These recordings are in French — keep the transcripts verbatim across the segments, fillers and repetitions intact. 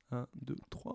un, deux, trois.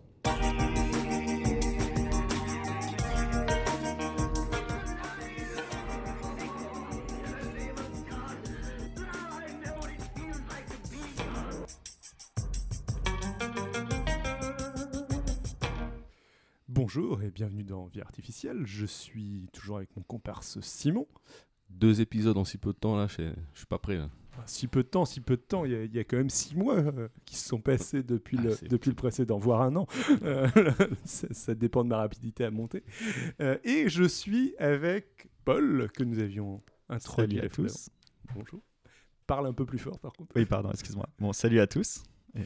Bonjour et bienvenue dans Vie Artificielle. Je suis toujours avec mon comparse Simon. Deux épisodes en si peu de temps, là, je je suis pas prêt. Là. Si peu de temps, si peu de temps, il y a, il y a quand même six mois euh, qui se sont passés depuis, Ah, le, c'est- depuis le précédent, voire un an. Euh, ça, ça dépend de ma rapidité à monter. Euh, et je suis avec Paul, que nous avions introduit. Salut à tous. Bonjour. Parle un peu plus fort, par contre. Oui, pardon, excuse-moi. Bon, salut à tous.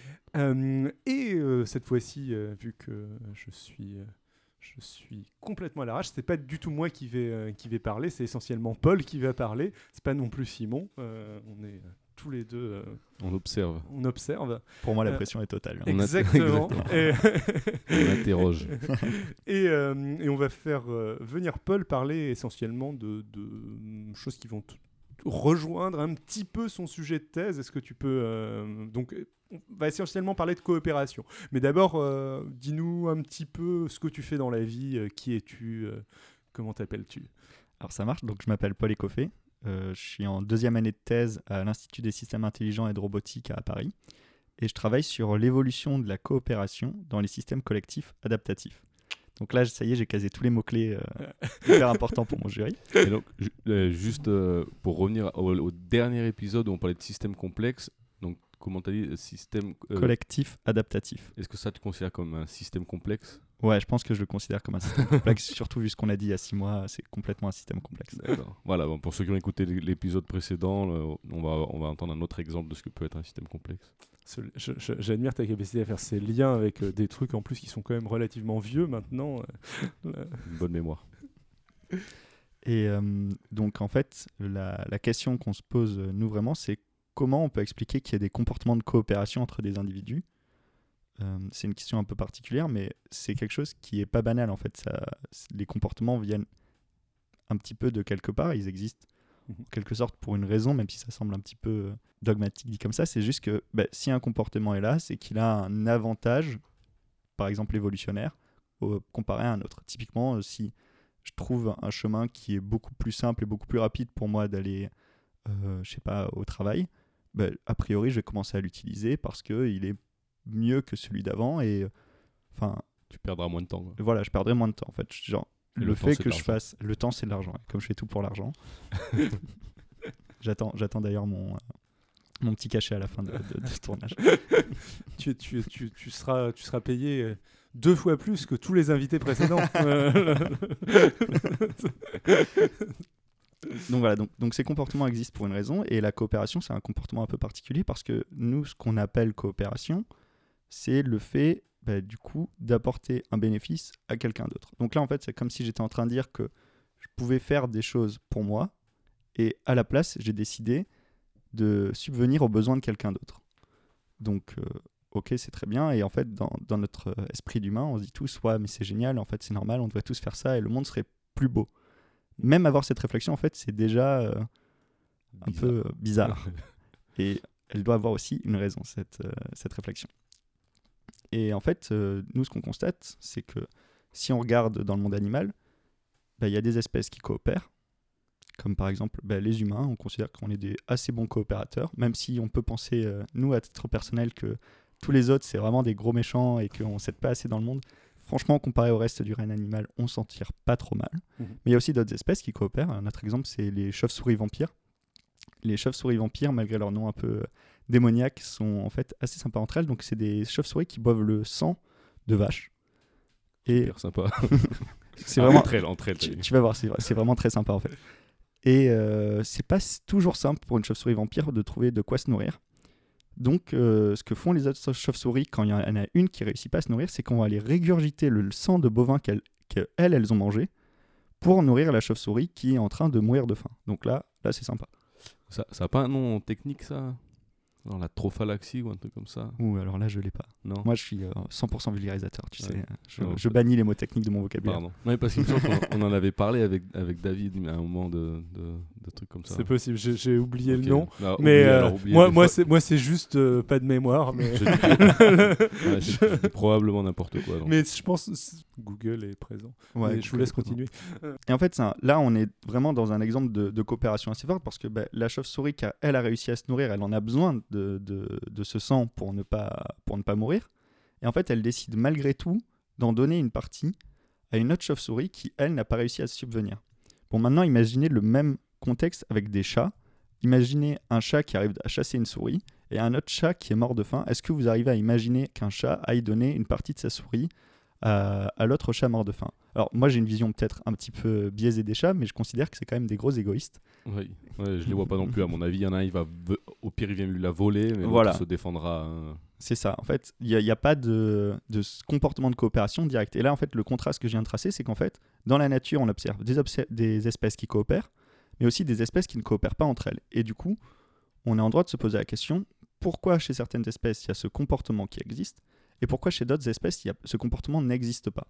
Euh, et euh, cette fois-ci, euh, vu que je suis, euh, je suis complètement à l'arrache, c'est pas du tout moi qui vais, euh, qui vais parler, c'est essentiellement Paul qui va parler. C'est pas non plus Simon. Euh, on est euh, tous les deux, euh, On observe, on observe. Pour moi, la Euh, pression est totale. On a- Exactement. et, on interroge. et, euh, et on va faire euh, venir Paul parler essentiellement de, de choses qui vont t- rejoindre un petit peu son sujet de thèse. Est-ce que tu peux... euh, donc, on va essentiellement parler de coopération. Mais d'abord, euh, dis-nous un petit peu ce que tu fais dans la vie. euh, qui es-tu euh, Comment t'appelles-tu Alors, ça marche. Donc, je m'appelle Paul Écoffé. Euh, je suis en deuxième année de thèse à l'Institut des systèmes intelligents et de robotique à Paris. Et je travaille sur l'évolution de la coopération dans les systèmes collectifs adaptatifs. Donc là, ça y est, j'ai casé tous les mots-clés euh, hyper importants pour mon jury. Et donc, ju- euh, juste euh, pour revenir au, au dernier épisode où on parlait de système complexe, donc comment tu as dit, système... euh, Collectif adaptatif. Est-ce que ça tu considères comme un système complexe? Ouais, je pense que je le considère comme un système complexe. Surtout vu ce qu'on a dit il y a six mois, c'est complètement un système complexe. D'accord. Voilà, bon, pour ceux qui ont écouté l'épisode précédent, là, on, va, on va entendre un autre exemple de ce que peut être un système complexe. Ce- je- je- J'admire ta capacité à faire ces liens avec euh, des trucs en plus qui sont quand même relativement vieux maintenant. Euh, Une bonne mémoire. Et euh, donc, en fait, la, la question qu'on se pose, euh, nous, vraiment, c'est comment on peut expliquer qu'il y a des comportements de coopération entre des individus. Euh, c'est une question un peu particulière, mais c'est quelque chose qui n'est pas banal, en fait. Ça, les comportements viennent un petit peu de quelque part, ils existent en quelque sorte pour une raison, même si ça semble un petit peu euh, dogmatique dit comme ça. C'est juste que bah, si un comportement est là, c'est qu'il a un avantage, par exemple évolutionnaire, au- comparé à un autre. Typiquement, euh, si je trouve un chemin qui est beaucoup plus simple et beaucoup plus rapide pour moi d'aller, euh, je sais pas, au travail, bah, a priori, je vais commencer à l'utiliser parce qu'il est mieux que celui d'avant et enfin, Tu perdras moins de temps. quoi. voilà, je perdrai moins de temps en fait. Genre, Et le, le temps, fait c'est que de je l'argent. fasse le temps, c'est de l'argent. Comme je fais tout pour l'argent. j'attends, j'attends d'ailleurs mon, euh, mon petit cachet à la fin de, de- de ce tournage. tu, tu, tu, tu, seras, tu seras payé euh, deux fois plus que tous les invités précédents. Euh, Donc voilà, donc, donc ces comportements existent pour une raison et la coopération, c'est un comportement un peu particulier parce que nous, ce qu'on appelle coopération, c'est le fait, bah, du coup, d'apporter un bénéfice à quelqu'un d'autre. Donc là, en fait, c'est comme si j'étais en train de dire que je pouvais faire des choses pour moi et à la place, j'ai décidé de subvenir aux besoins de quelqu'un d'autre. Donc, euh, ok, c'est très bien. Et en fait, dans, dans notre euh, esprit d'humain, on se dit tous, ouais, mais c'est génial, en fait, c'est normal, on devrait tous faire ça et le monde serait plus beau. Même avoir cette réflexion, en fait, c'est déjà euh, un Bizarre. peu euh, bizarre. Et elle doit avoir aussi une raison, cette, euh, cette réflexion. Et en fait, euh, nous, ce qu'on constate, c'est que si on regarde dans le monde animal, bah, il y a des espèces qui coopèrent, comme par exemple bah, les humains. On considère qu'on est des assez bons coopérateurs, même si on peut penser, euh, nous, à titre personnel, que tous les autres, c'est vraiment des gros méchants et qu'on ne s'aide pas assez dans le monde. Franchement, comparé au reste du règne animal, on s'en tire pas trop mal. Mhm. Mais il y a aussi d'autres espèces qui coopèrent. Un autre exemple, c'est les chauves-souris vampires. Les chauves-souris vampires, malgré leur nom un peu euh, démoniaque, sont en fait assez sympas entre elles. Donc, c'est des chauves-souris qui boivent le sang de vaches. Et Super sympa. c'est Ah, vraiment... Entre elles, entre elles. t'as Tu, dit. tu vas voir, c'est, c'est vraiment très sympa en fait. Et euh, c'est pas s- toujours simple pour une chauve-souris vampire de trouver de quoi se nourrir. Donc, euh, ce que font les autres chauves-souris quand il y en a une qui réussit pas à se nourrir, c'est qu'on va aller régurgiter le sang de bovin qu'elles, qu'elles elles ont mangé pour nourrir la chauve-souris qui est en train de mourir de faim. Donc là, là c'est sympa. Ça n'a pas un nom technique, ça? Dans la trophalaxie ou un truc comme ça. Ouh, alors là, je l'ai pas. Non. Moi, je suis euh, cent pour cent vulgarisateur, tu Ouais. sais. Je, Non, je bannis les mots techniques de mon vocabulaire. Pardon. Non, mais parce qu'il me semble qu'on on en avait parlé avec, avec David à un moment de, de, de trucs comme ça. C'est possible, j'ai, j'ai oublié Ok. le nom. Alors, Mais oubliez, euh, alors, oubliez moi, des moi, fois. c'est, moi, c'est juste euh, pas de mémoire. Mais, Je dis- Ouais, c'est- je dis probablement n'importe quoi. donc. mais je pense que Google est présent. Ouais, Mais je vous laisse complètement. continuer. Et en fait, c'est un- là, on est vraiment dans un exemple de, de coopération assez forte parce que bah, la chauve-souris, qui a- elle a réussi à se nourrir, elle en a besoin de, de, de ce sang pour ne, pas, pour ne pas mourir. Et en fait, elle décide malgré tout d'en donner une partie à une autre chauve-souris qui, elle, n'a pas réussi à se subvenir. Bon, maintenant, imaginez le même contexte avec des chats. Imaginez un chat qui arrive à chasser une souris et un autre chat qui est mort de faim. Est-ce que vous arrivez à imaginer qu'un chat aille donner une partie de sa souris à, à l'autre chat mort de faim? Alors moi j'ai une vision peut-être un petit peu biaisée des chats, mais je considère que c'est quand même des gros égoïstes. Oui, ouais, je les vois pas non plus. À mon avis, il y en a un, il va ve- au pire, il vient lui la voler, mais l'autre, Voilà. il se défendra. hein. C'est ça, en fait, il n'y a, a pas de, de ce comportement de coopération direct. Et là, en fait, le contraste que je viens de tracer, c'est qu'en fait, dans la nature, on observe des, obs- des espèces qui coopèrent, mais aussi des espèces qui ne coopèrent pas entre elles. Et du coup, on est en droit de se poser la question, pourquoi chez certaines espèces, il y a ce comportement qui existe, et pourquoi chez d'autres espèces, il y a, ce comportement n'existe pas?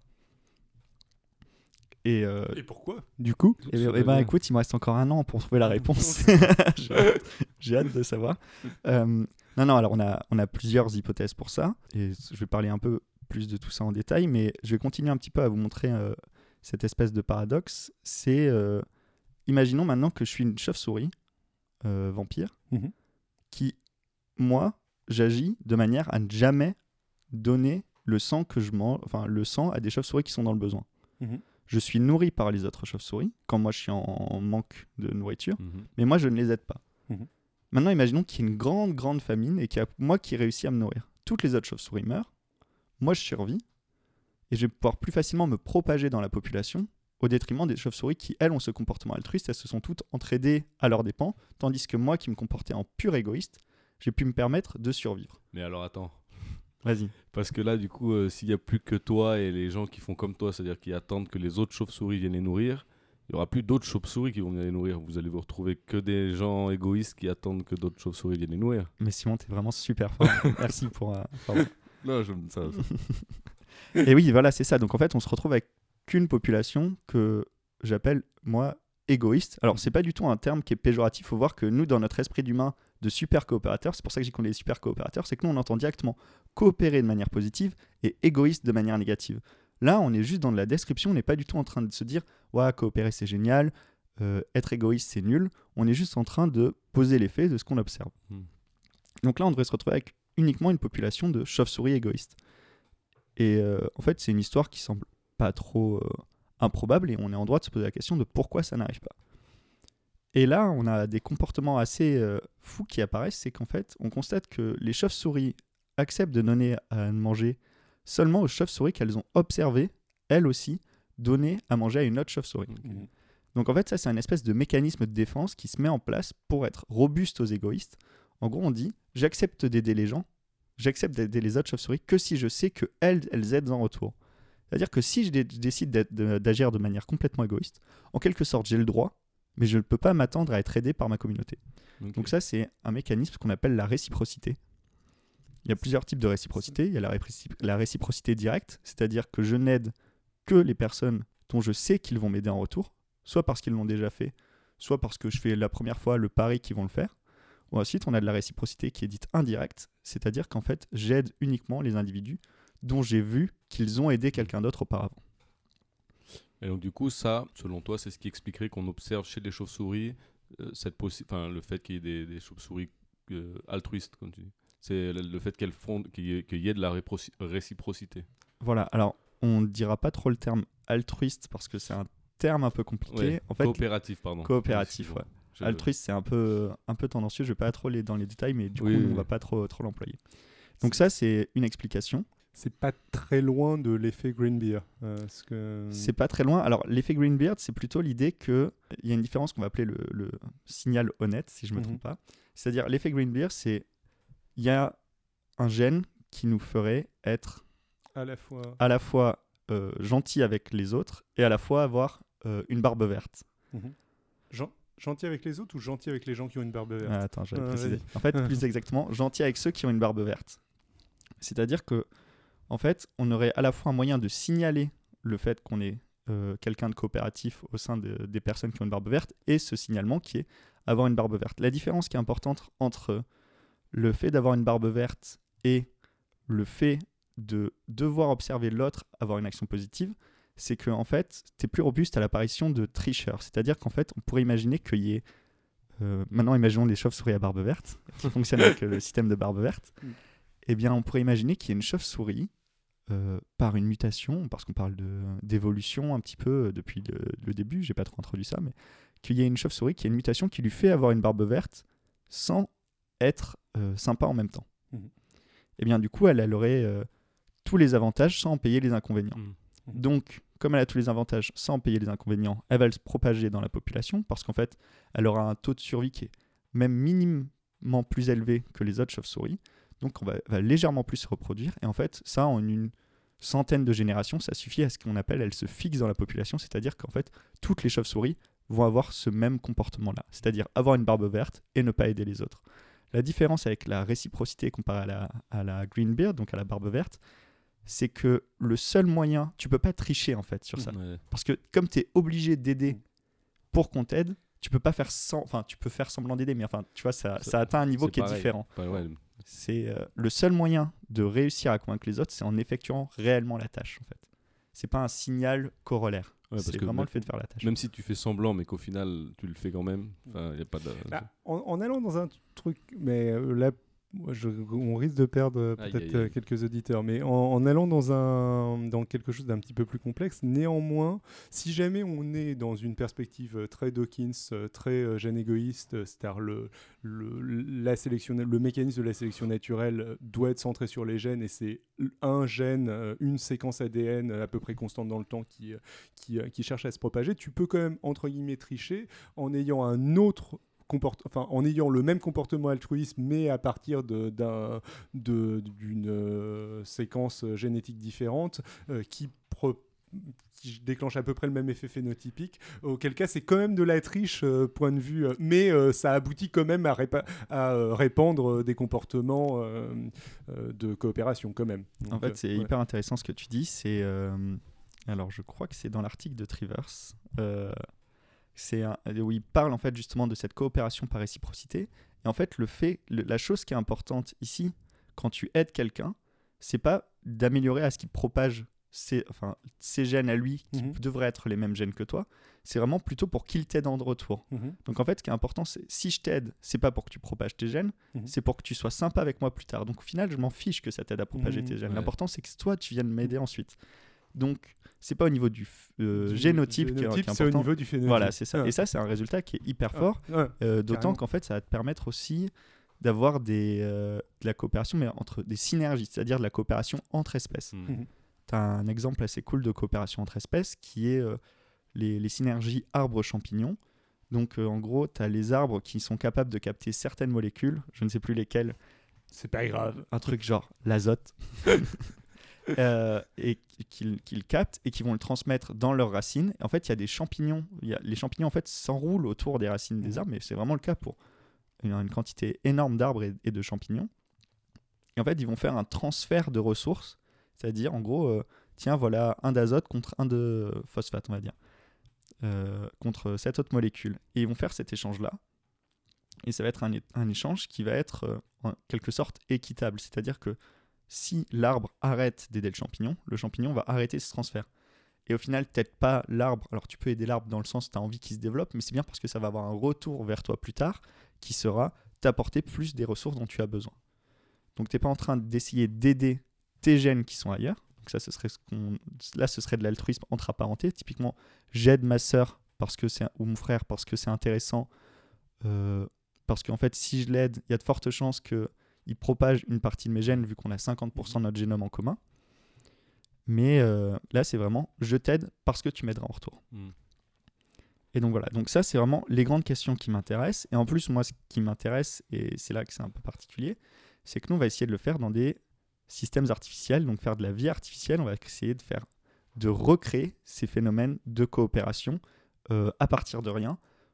Et, euh, Et pourquoi du coup, Tout eh se ben, eh ben, révèle. écoute, il me reste encore un an pour trouver la réponse. J'ai hâte- J'ai hâte de savoir. Euh, non, non, alors on a, on a plusieurs hypothèses pour ça, et je vais parler un peu plus de tout ça en détail, mais je vais continuer un petit peu à vous montrer euh, cette espèce de paradoxe. C'est, euh, imaginons maintenant que je suis une chauve-souris euh, vampire, Mhm. qui, moi, j'agis de manière à ne jamais donner le sang que je mange, enfin le sang à des chauves-souris qui sont dans le besoin. Mhm. Je suis nourri par les autres chauves-souris quand moi je suis en manque de nourriture, Mhm. mais moi je ne les aide pas. Mhm. Maintenant, imaginons qu'il y ait une grande, grande famine et qu'il y a moi qui réussis à me nourrir. Toutes les autres chauves-souris meurent, moi je survis, et je vais pouvoir plus facilement me propager dans la population au détriment des chauves-souris qui, elles, ont ce comportement altruiste, elles se sont toutes entraidées à leurs dépens, tandis que moi qui me comportais en pur égoïste, j'ai pu me permettre de survivre. Mais alors attends. Vas-y. Parce que là, du coup, euh, s'il n'y a plus que toi et les gens qui font comme toi, c'est-à-dire qui attendent que les autres chauves-souris viennent les nourrir, il n'y aura plus d'autres chauves-souris qui vont venir les nourrir. Vous allez vous retrouver que des gens égoïstes qui attendent que d'autres chauves-souris viennent les nourrir. Mais Simon, t'es vraiment super fort. Merci pour... euh, pardon. Non, je ça. ça. Et oui, voilà, c'est ça. Donc en fait, on se retrouve avec qu'une population que j'appelle, moi, égoïste. Alors, c'est pas du tout un terme qui est péjoratif. Il faut voir que nous, dans notre esprit d'humain de super coopérateurs, c'est pour ça que j'ai qu'on est des super coopérateurs, c'est que nous, on entend directement coopérer de manière positive et égoïste de manière négative. Là, on est juste dans de la description. On n'est pas du tout en train de se dire, ouais, coopérer, c'est génial. Euh, être égoïste, c'est nul. On est juste en train de poser les faits de ce qu'on observe. Hmm. Donc là, on devrait se retrouver avec uniquement une population de chauves-souris égoïstes. Et euh, en fait, c'est une histoire qui semble pas trop euh, improbable et on est en droit de se poser la question de pourquoi ça n'arrive pas. Et là, on a des comportements assez euh, fous qui apparaissent, c'est qu'en fait, on constate que les chauves-souris acceptent de donner à manger seulement aux chauves-souris qu'elles ont observées, elles aussi, donner à manger à une autre chauve-souris. Mhm. Donc en fait, ça, c'est un espèce de mécanisme de défense qui se met en place pour être robuste aux égoïstes. En gros, on dit, j'accepte d'aider les gens, j'accepte d'aider les autres chauves-souris que si je sais qu'elles, elles aident en retour. C'est-à-dire que si je, dé- je décide d'être- de- d'agir de manière complètement égoïste, en quelque sorte, j'ai le droit, mais je ne peux pas m'attendre à être aidé par ma communauté. Ok. Donc ça, c'est un mécanisme qu'on appelle la réciprocité. Il y a plusieurs types de réciprocité. Il y a la, réciprocité, la réciprocité directe, c'est-à-dire que je n'aide que les personnes dont je sais qu'ils vont m'aider en retour, soit parce qu'ils l'ont déjà fait, soit parce que je fais la première fois le pari qu'ils vont le faire. Ou ensuite, on a de la réciprocité qui est dite indirecte, c'est-à-dire qu'en fait, j'aide uniquement les individus dont j'ai vu qu'ils ont aidé quelqu'un d'autre auparavant. Et donc, du coup, ça, selon toi, c'est ce qui expliquerait qu'on observe chez les chauves-souris euh, cette possi- enfin, le fait qu'il y ait des, des chauves-souris euh, altruistes, comme tu dis. C'est le, le fait qu'elles font, qu'il y ait, qu'il y ait de la réproci- réciprocité. Voilà, alors on ne dira pas trop le terme altruiste parce que c'est un terme un peu compliqué. Ouais, En fait, coopératif, pardon. coopératif, Excuse-moi. ouais. Je- Altruiste, c'est un peu, un peu tendancieux. Je vais pas trop aller dans les détails, mais du Oui, coup, oui, on oui. va pas trop, trop l'employer. Donc ça, c'est une explication. C'est pas très loin de l'effet Green Beer. euh, parce que... C'est pas très loin. Alors, l'effet Greenbeard, c'est plutôt l'idée qu'il y a une différence qu'on va appeler le, le signal honnête, si je me Mhm. trompe pas. C'est-à-dire, l'effet Greenbeard, c'est il y a un gène qui nous ferait être à la fois. à la fois euh, gentil avec les autres et à la fois avoir euh, une barbe verte. Mhm. Jean gentil avec les autres ou gentil avec les gens qui ont une barbe verte? Ah, attends, je vais Ah, préciser. vas-y. En fait, plus exactement, gentil avec ceux qui ont une barbe verte. C'est-à-dire que, en fait, on aurait à la fois un moyen de signaler le fait qu'on est euh, quelqu'un de coopératif au sein de, des personnes qui ont une barbe verte et ce signalement qui est avoir une barbe verte. La différence qui est importante entre le fait d'avoir une barbe verte et le fait de devoir observer l'autre avoir une action positive, c'est que en fait, tu es plus robuste à l'apparition de tricheurs. C'est-à-dire qu'en fait, on pourrait imaginer qu'il y ait... Euh, maintenant, imaginons des chauves-souris à barbe verte qui fonctionnent avec le système de barbe verte. Mm. Eh bien, on pourrait imaginer qu'il y ait une chauve-souris euh, par une mutation, parce qu'on parle de, d'évolution un petit peu depuis le, le début, j'ai pas trop introduit ça, mais qu'il y ait une chauve-souris qui a une mutation qui lui fait avoir une barbe verte sans être euh, sympa en même temps. Mm. Eh bien, du coup, elle, elle aurait euh, tous les avantages sans en payer les inconvénients. Mm. Donc, comme elle a tous les avantages sans en payer les inconvénients, elle va se propager dans la population parce qu'en fait, elle aura un taux de survie qui est même minimement plus élevé que les autres chauves-souris. Donc, on va, va légèrement plus se reproduire. Et en fait, ça, en une centaine de générations, ça suffit à ce qu'on appelle, elle se fixe dans la population. C'est-à-dire qu'en fait, toutes les chauves-souris vont avoir ce même comportement-là. C'est-à-dire avoir une barbe verte et ne pas aider les autres. La différence avec la réciprocité comparée à la, à la green beard, donc à la barbe verte, c'est que le seul moyen, tu peux pas tricher en fait sur ça. Ouais. Parce que comme tu es obligé d'aider pour qu'on t'aide, tu peux pas faire sans, enfin tu peux faire semblant d'aider, mais enfin tu vois ça, Ça- ça atteint un niveau c'est qui pareil. est différent. Ouais, ouais. C'est euh, le seul moyen de réussir à convaincre les autres, c'est en effectuant réellement la tâche en fait. C'est pas un signal corollaire. Ouais, parce c'est que vraiment même- le fait de faire la tâche. Même si tu fais semblant, mais qu'au final, tu le fais quand même. Enfin, y a pas de... Bah, en, en allant dans un truc, mais euh, là, moi, je- on risque de perdre euh, Aïe, peut-être aïe, aïe. euh, quelques auditeurs, mais en, en allant dans, un, dans quelque chose d'un petit peu plus complexe, néanmoins, si jamais on est dans une perspective euh, très Dawkins, euh, très euh, gène égoïste, euh, c'est-à-dire le, le, la sélection, le mécanisme de la sélection naturelle euh, doit être centré sur les gènes et c'est un gène, euh, une séquence A D N euh, à peu près constante dans le temps qui, euh, qui, euh, qui cherche à se propager, tu peux quand même, entre guillemets, tricher en ayant un autre Comporte, enfin, en ayant le même comportement altruiste, mais à partir de, d'un, de, d'une euh, séquence génétique différente euh, qui, pro, qui déclenche à peu près le même effet phénotypique, auquel cas c'est quand même de la triche, euh, point de vue, euh, mais euh, ça aboutit quand même à, répa- à euh, répandre des comportements euh, euh, de coopération quand même. Donc, En fait, euh, c'est ouais. hyper intéressant ce que tu dis. C'est euh, alors je crois que c'est dans l'article de Trivers. Euh, c'est un, où il parle en fait justement de cette coopération par réciprocité. Et en fait, le fait, le- la chose qui est importante ici, quand tu aides quelqu'un, c'est pas d'améliorer à ce qu'il propage ses, enfin, ses gènes à lui, qui Mhm. devraient être les mêmes gènes que toi. C'est vraiment plutôt pour qu'il t'aide en retour. Mhm. Donc en fait, ce qui est important, c'est si je t'aide, c'est pas pour que tu propages tes gènes, Mhm. c'est pour que tu sois sympa avec moi plus tard. Donc au final, je m'en fiche que ça t'aide à propager Mhm. tes gènes. Ouais. L'important, c'est que toi, tu viennes m'aider ensuite. Donc c'est pas au niveau du f- euh, Du génotype, qui est- génotype, qui est c'est au important. niveau du phénotype. Voilà, c'est ça. Ah. Et ça, c'est un résultat qui est hyper Ah. fort. Ouais. Euh, D'autant Carrément. qu'en fait, ça va te permettre aussi d'avoir des, euh, de la coopération, mais entre des synergies, c'est-à-dire de la coopération entre espèces. Mm. Mhm. Tu as un exemple assez cool de coopération entre espèces qui est euh, les, les synergies arbres-champignons. Donc, euh, en gros, tu as les arbres qui sont capables de capter certaines molécules, je ne sais plus lesquelles, C'est pas grave. un truc genre l'azote, euh, et qu'ils qu'ils captent et qui vont le transmettre dans leurs racines. Et en fait, il y a des champignons. Il y a, les champignons en fait s'enroulent autour des racines des Mhm. arbres, mais c'est vraiment le cas pour une, une quantité énorme d'arbres et, et de champignons. Et en fait, ils vont faire un transfert de ressources, c'est-à-dire en gros, euh, tiens, voilà un d'azote contre un de phosphate, on va dire, euh, contre cette autre molécule. Et ils vont faire cet échange-là. Et ça va être un, é- un échange qui va être euh, en quelque sorte équitable. C'est-à-dire que si l'arbre arrête d'aider le champignon, le champignon va arrêter ce transfert. Et au final, peut-être pas l'arbre. Alors tu peux aider l'arbre dans le sens où tu as envie qu'il se développe, mais c'est bien parce que ça va avoir un retour vers toi plus tard qui sera t'apporter plus des ressources dont tu as besoin. Donc tu n'es pas en train d'essayer d'aider tes gènes qui sont ailleurs. Donc ça, ce serait ce qu'on... Là, ce serait de l'altruisme entre apparentés. Typiquement, j'aide ma sœur parce que c'est... ou mon frère parce que c'est intéressant. Euh, parce qu'en fait, si je l'aide, il y a de fortes chances qu'il propage une partie de mes gènes vu qu'on a cinquante pour cent de notre génome en commun. Mais euh, là, c'est vraiment je t'aide parce que tu m'aideras en retour. Mm. Et donc voilà, donc ça, c'est vraiment les grandes questions qui m'intéressent. Et en plus, moi, ce qui m'intéresse, et c'est là que c'est un peu particulier, c'est que nous, on va essayer de le faire dans des systèmes artificiels, donc faire de la vie artificielle. On va essayer de faire, de recréer ces phénomènes de coopération euh, à partir de rien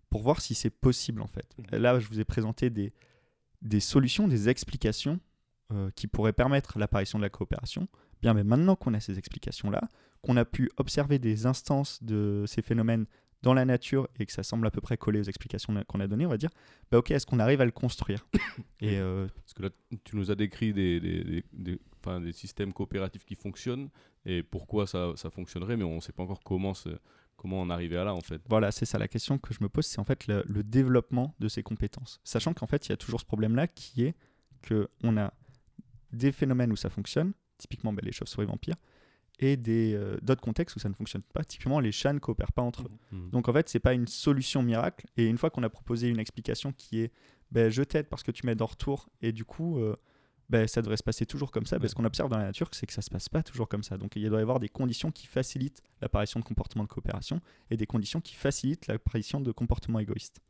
pour voir si c'est possible en fait. Mhm. Là, je vous ai présenté des, des solutions, des explications euh, qui pourraient permettre l'apparition de la coopération. Bien, mais maintenant qu'on a ces explications-là, qu'on a pu observer des instances de ces phénomènes dans la nature et que ça semble à peu près coller aux explications qu'on a données, on va dire, bah ok, est-ce qu'on arrive à le construire? Et euh, Parce que là, tu nous as décrit des, des, des, des, enfin, des systèmes coopératifs qui fonctionnent et pourquoi ça, ça fonctionnerait, mais on ne sait pas encore comment, comment en arriver à là, en fait. Voilà, c'est ça la question que je me pose, c'est en fait le, le développement de ces compétences. Sachant qu'en fait, il y a toujours ce problème-là qui est qu'on a des phénomènes où ça fonctionne, typiquement ben, les chauves-souris vampires, et des, euh, d'autres contextes où ça ne fonctionne pas. Typiquement, les chats ne coopèrent pas entre eux. Mmh. Donc en fait, ce n'est pas une solution miracle. Et une fois qu'on a proposé une explication qui est ben, je t'aide parce que tu m'aides en retour, et du coup, euh, ben, ça devrait se passer toujours comme ça. Ouais. Ben, ce qu'on observe dans la nature, c'est que ça ne se passe pas toujours comme ça. Donc il doit y avoir des conditions qui facilitent l'apparition de comportements de coopération et des conditions qui facilitent l'apparition de comportements égoïstes.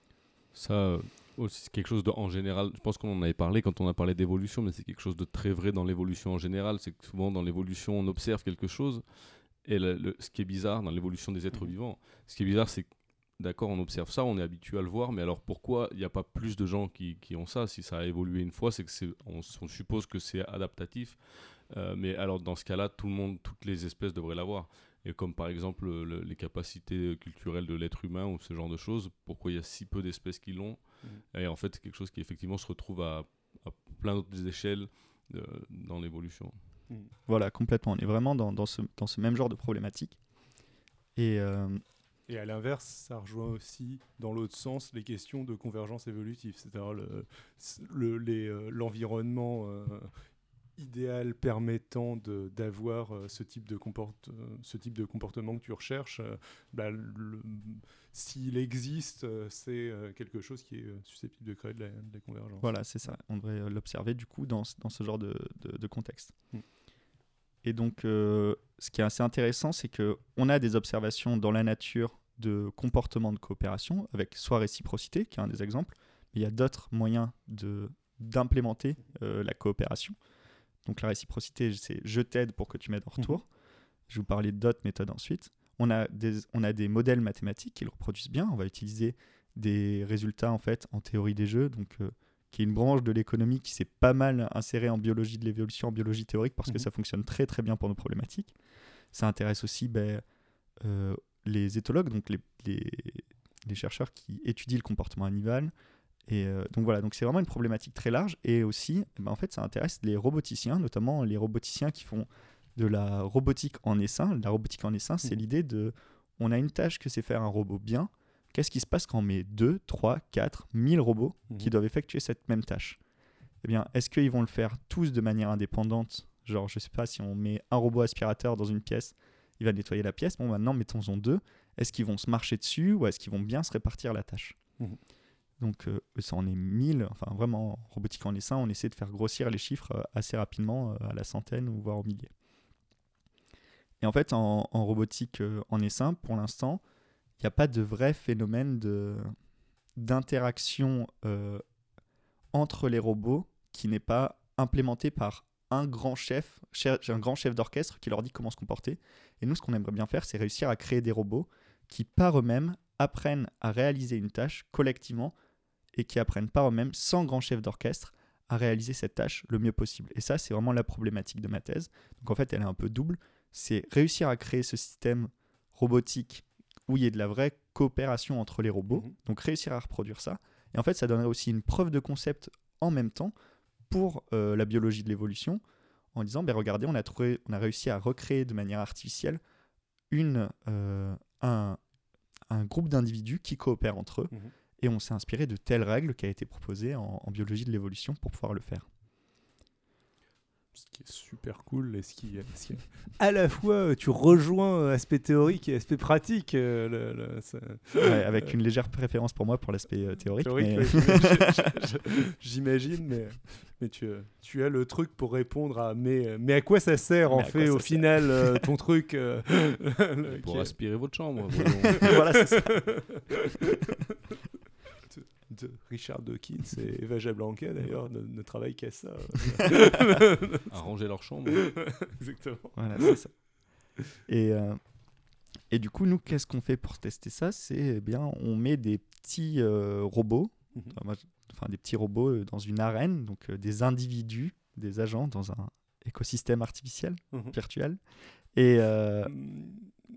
Ça, euh, aussi, c'est quelque chose de, en général, je pense qu'on en avait parlé quand on a parlé d'évolution, mais c'est quelque chose de très vrai dans l'évolution en général. C'est que souvent dans l'évolution, on observe quelque chose. Et le, le, ce qui est bizarre dans l'évolution des êtres vivants, ce qui est bizarre, c'est que, d'accord, on observe ça, on est habitué à le voir, mais alors pourquoi il n'y a pas plus de gens qui, qui ont ça? Si ça a évolué une fois, c'est que c'est, on, on suppose que c'est adaptatif. Euh, mais alors dans ce cas-là, tout le monde, toutes les espèces devraient l'avoir. Et comme par exemple le, les capacités culturelles de l'être humain ou ce genre de choses, pourquoi il y a si peu d'espèces qui l'ont? Mmh. Et en fait, c'est quelque chose qui effectivement se retrouve à, à plein d'autres échelles euh, dans l'évolution. Mmh. Voilà, complètement. On est vraiment dans, dans, ce, dans ce même genre de problématique. Et, euh... Et à l'inverse, ça rejoint aussi, dans l'autre sens, les questions de convergence évolutive, c'est-à-dire le, le, les, euh, l'environnement euh, idéal permettant de, d'avoir euh, ce, type de comporte, euh, ce type de comportement que tu recherches, euh, bah, le, s'il existe, euh, c'est euh, quelque chose qui est euh, susceptible de créer de la, de la convergence. Voilà, c'est ça. On devrait euh, l'observer du coup dans, dans ce genre de, de, de contexte. Mm. Et donc, euh, ce qui est assez intéressant, c'est qu'on a des observations dans la nature de comportements de coopération, avec soit réciprocité, qui est un des exemples, mais il y a d'autres moyens de, d'implémenter euh, la coopération. Donc la réciprocité, c'est je t'aide pour que tu m'aides en retour. Mmh. Je vais vous parler d'autres méthodes ensuite. On a, des, on a des modèles mathématiques qui le reproduisent bien. On va utiliser des résultats en fait en théorie des jeux, donc euh, qui est une branche de l'économie qui s'est pas mal insérée en biologie de l'évolution, en biologie théorique, parce mmh. que ça fonctionne très très bien pour nos problématiques. Ça intéresse aussi ben, euh, les éthologues, donc les, les, les chercheurs qui étudient le comportement animal. Et euh, donc voilà, donc c'est vraiment une problématique très large. Et aussi, ben en fait, ça intéresse les roboticiens, notamment les roboticiens qui font de la robotique en essaim. La robotique en essaim, c'est mmh. l'idée de, on a une tâche que c'est faire un robot bien. Qu'est-ce qui se passe quand on met deux, trois, quatre, mille robots mmh. qui doivent effectuer cette même tâche? Eh bien, est-ce qu'ils vont le faire tous de manière indépendante? Genre, je sais pas, si on met un robot aspirateur dans une pièce, il va nettoyer la pièce. Bon, maintenant, mettons-en deux. Est-ce qu'ils vont se marcher dessus ou est-ce qu'ils vont bien se répartir la tâche? mmh. Donc euh, ça en est mille, enfin vraiment en robotique en essaim, on essaie de faire grossir les chiffres euh, assez rapidement euh, à la centaine ou voire au millier. Et en fait en, en robotique euh, en essaim, pour l'instant, il n'y a pas de vrai phénomène de, d'interaction euh, entre les robots qui n'est pas implémenté par un grand chef, un grand chef d'orchestre qui leur dit comment se comporter. Et nous, ce qu'on aimerait bien faire, c'est réussir à créer des robots qui par eux-mêmes apprennent à réaliser une tâche collectivement et qui apprennent par eux-mêmes, sans grand chef d'orchestre, à réaliser cette tâche le mieux possible. Et ça, c'est vraiment la problématique de ma thèse. Donc en fait, elle est un peu double. C'est réussir à créer ce système robotique où il y ait de la vraie coopération entre les robots, mmh. donc réussir à reproduire ça. Et en fait, ça donnerait aussi une preuve de concept en même temps pour euh, la biologie de l'évolution, en disant, ben regardez, on a, trouvé, on a réussi à recréer de manière artificielle une, euh, un, un groupe d'individus qui coopèrent entre eux. Mmh. Et on s'est inspiré de telles règles qui a été proposées en, en biologie de l'évolution pour pouvoir le faire. Ce qui est super cool, et ce qui, ce qui est... à la fois tu rejoins aspect théorique et aspect pratique. Euh, le, le, ça... ouais, avec euh... une légère préférence pour moi pour l'aspect euh, théorique. théorique mais... ouais, j'imagine, mais, mais tu, tu as le truc pour répondre à mais, mais à quoi ça sert mais en fait au final euh, ton truc euh, le, pour aspirer votre chambre. Voilà, c'est ça. De Richard Dawkins et Eva Jablonka d'ailleurs ne, ne travaillent qu'à ça. À ranger leur chambre. Exactement. Voilà, c'est ça. Et, euh, et du coup, nous, qu'est-ce qu'on fait pour tester ça? C'est eh bien, on met des petits euh, robots, Mhm. enfin, moi, je- enfin, des petits robots euh, dans une arène, donc euh, des individus, des agents dans un écosystème artificiel, Mhm. virtuel. Et euh, Mm,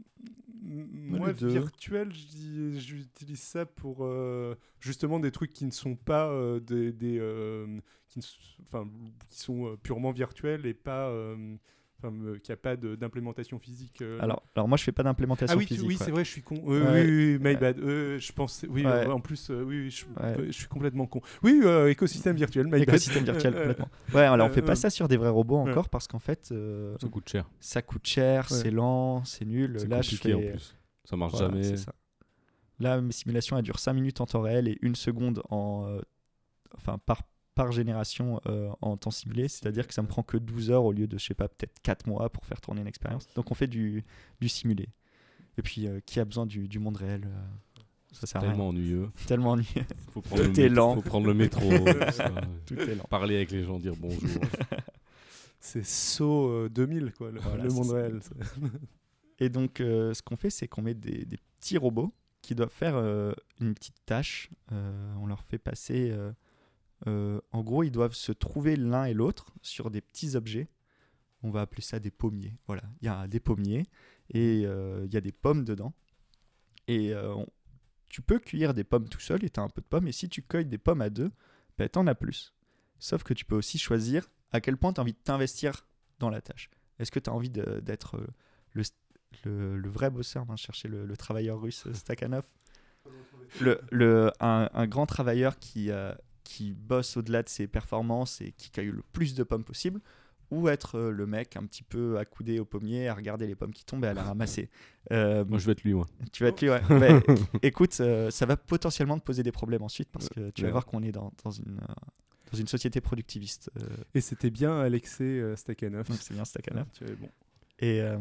mm, Ouais, Moi, les deux. virtuel, je dis- j'utilise ça pour euh, justement des trucs qui ne sont pas euh, des, des, euh, qui, ne s- enfin, qui sont euh, purement virtuels et pas, euh, enfin, euh, qui a pas de- d'implémentation physique. euh. alors, alors, moi, je fais pas Ah d'implémentation oui, tu- physique. oui, ouais. c'est vrai, je suis con. Euh, Ouais, oui, oui, oui, my ouais. bad. Euh, je pense, oui, Ouais. euh, en plus, euh, oui, oui, je, Ouais. euh, je suis complètement con. Oui, euh, écosystème virtuel, my bad. Écosystème virtuel, Euh, complètement. Ouais, alors on euh, fait pas euh, ça sur des vrais robots ouais. encore parce qu'en fait, euh, Ça coûte cher. ça coûte cher, Ouais. c'est lent, c'est nul. C'est Là, je compliqué fais... en plus. Ça marche Voilà, jamais. c'est ça. Là, mes simulations, elles durent cinq minutes en temps réel et une seconde en, euh, enfin, par, par génération euh, en temps simulé. C'est-à-dire que ça me prend que douze heures au lieu de, je sais pas, peut-être quatre mois pour faire tourner une expérience. Donc on fait du, du simulé. Et puis, euh, qui a besoin du, du monde réel euh, Ça sert à rien. Tellement ennuyeux. Tellement ennuyeux. Faut prendre le Tout est mét- lent. Faut prendre le métro. ça. Tout est lent. Parler avec les gens, dire bonjour. C'est saut euh, deux mille, quoi, le, Voilà, le c'est monde ça. réel. c'est- Et donc, euh, ce qu'on fait, c'est qu'on met des, des petits robots qui doivent faire euh, une petite tâche. Euh, on leur fait passer. euh, euh, en gros, ils doivent se trouver l'un et l'autre sur des petits objets. On va appeler ça des pommiers. Voilà, il y a des pommiers et euh, il y a des pommes dedans. Et euh, on- tu peux cueillir des pommes tout seul et tu as un peu de pommes. Et si tu cueilles des pommes à deux, ben, tu en as plus. Sauf que tu peux aussi choisir à quel point tu as envie de t'investir dans la tâche. Est-ce que tu as envie de- d'être euh, le, le, le vrai bosseur, hein, chercher le, le travailleur russe euh, Stakhanov, le, le, un, un grand travailleur qui, euh, qui bosse au-delà de ses performances et qui cueille le plus de pommes possible, ou être euh, le mec un petit peu accoudé au pommier à regarder les pommes qui tombent et à les ramasser. Euh, Moi, je vais être lui, moi. tu vas être lui, ouais. Bah, écoute, euh, ça va potentiellement te poser des problèmes ensuite parce que tu vas Ouais. voir qu'on est dans, dans, une, euh, dans une société productiviste. euh, Et c'était bien Alexei euh, Stakhanov. donc c'est bien Stakhanov. Tu vois, bon. Et, euh,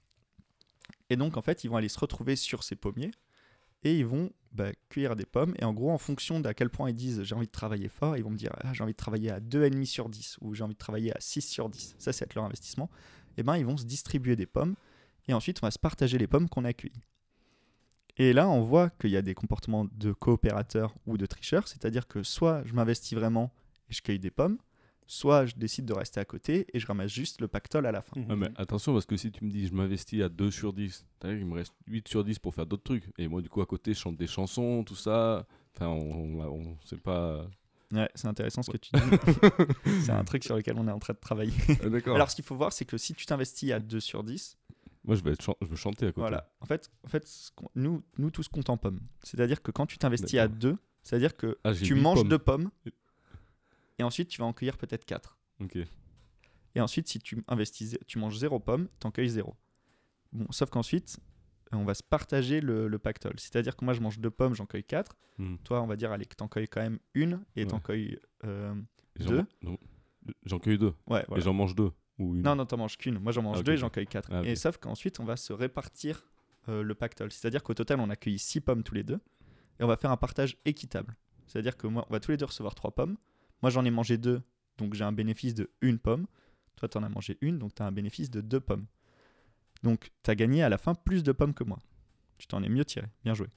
et donc, en fait, ils vont aller se retrouver sur ces pommiers et ils vont bah, cueillir des pommes. Et en gros, en fonction d'à quel point ils disent j'ai envie de travailler fort, ils vont me dire ah, j'ai envie de travailler à deux virgule cinq sur dix ou j'ai envie de travailler à six sur dix. Ça, c'est leur investissement. Et ben, ils vont se distribuer des pommes et ensuite, on va se partager les pommes qu'on a cueillies. Et là, on voit qu'il y a des comportements de coopérateurs ou de tricheurs, c'est-à-dire que soit je m'investis vraiment et je cueille des pommes, soit je décide de rester à côté et je ramasse juste le pactole à la fin. Mhm. Ah, mais attention, parce que si tu me dis je m'investis à deux sur dix, c'est-à-dire qu'il me reste huit sur dix pour faire d'autres trucs. Et moi, du coup, à côté, je chante des chansons, tout ça. Enfin, on, on, on sait pas. Ouais, c'est intéressant ce que tu dis. C'est un truc sur lequel on est en train de travailler. Ah, d'accord. Alors, ce qu'il faut voir, c'est que si tu t'investis à deux sur dix, Moi, je vais, être chan- je veux chanter à côté. voilà. En fait, en fait ce qu'on- nous, nous tous comptent en pommes. C'est-à-dire que quand tu t'investis à D'accord. deux, c'est-à-dire que Ah, j'ai tu huit manges pommes. deux pommes et ensuite tu vas en cueillir peut-être quatre. Ok. Et ensuite, si tu investis, zé- tu manges zéro pomme, t'en cueilles zéro. Bon, sauf qu'ensuite, euh, on va se partager le, le pactole. C'est-à-dire que moi, je mange deux pommes, j'en cueille quatre. Hmm. Toi, on va dire, allez, que t'en cueilles quand même une et t'en Ouais. cueilles euh, Et j'en- deux. non, J'en cueille deux. Ouais, voilà. Et j'en mange deux. Ou une. Non, non, t'en manges qu'une. Moi, j'en mange Ah, ok, deux et ok. j'en cueille quatre. Ah, ok. Et sauf qu'ensuite, on va se répartir euh, le pactole. C'est-à-dire qu'au total, on a cueilli six pommes tous les deux et on va faire un partage équitable. C'est-à-dire que moi, on va tous les deux recevoir trois pommes. Moi, j'en ai mangé deux, donc j'ai un bénéfice de une pomme. Toi, t'en as mangé une, donc t'as un bénéfice de deux pommes. Donc, t'as gagné à la fin plus de pommes que moi. Tu t'en es mieux tiré. Bien joué.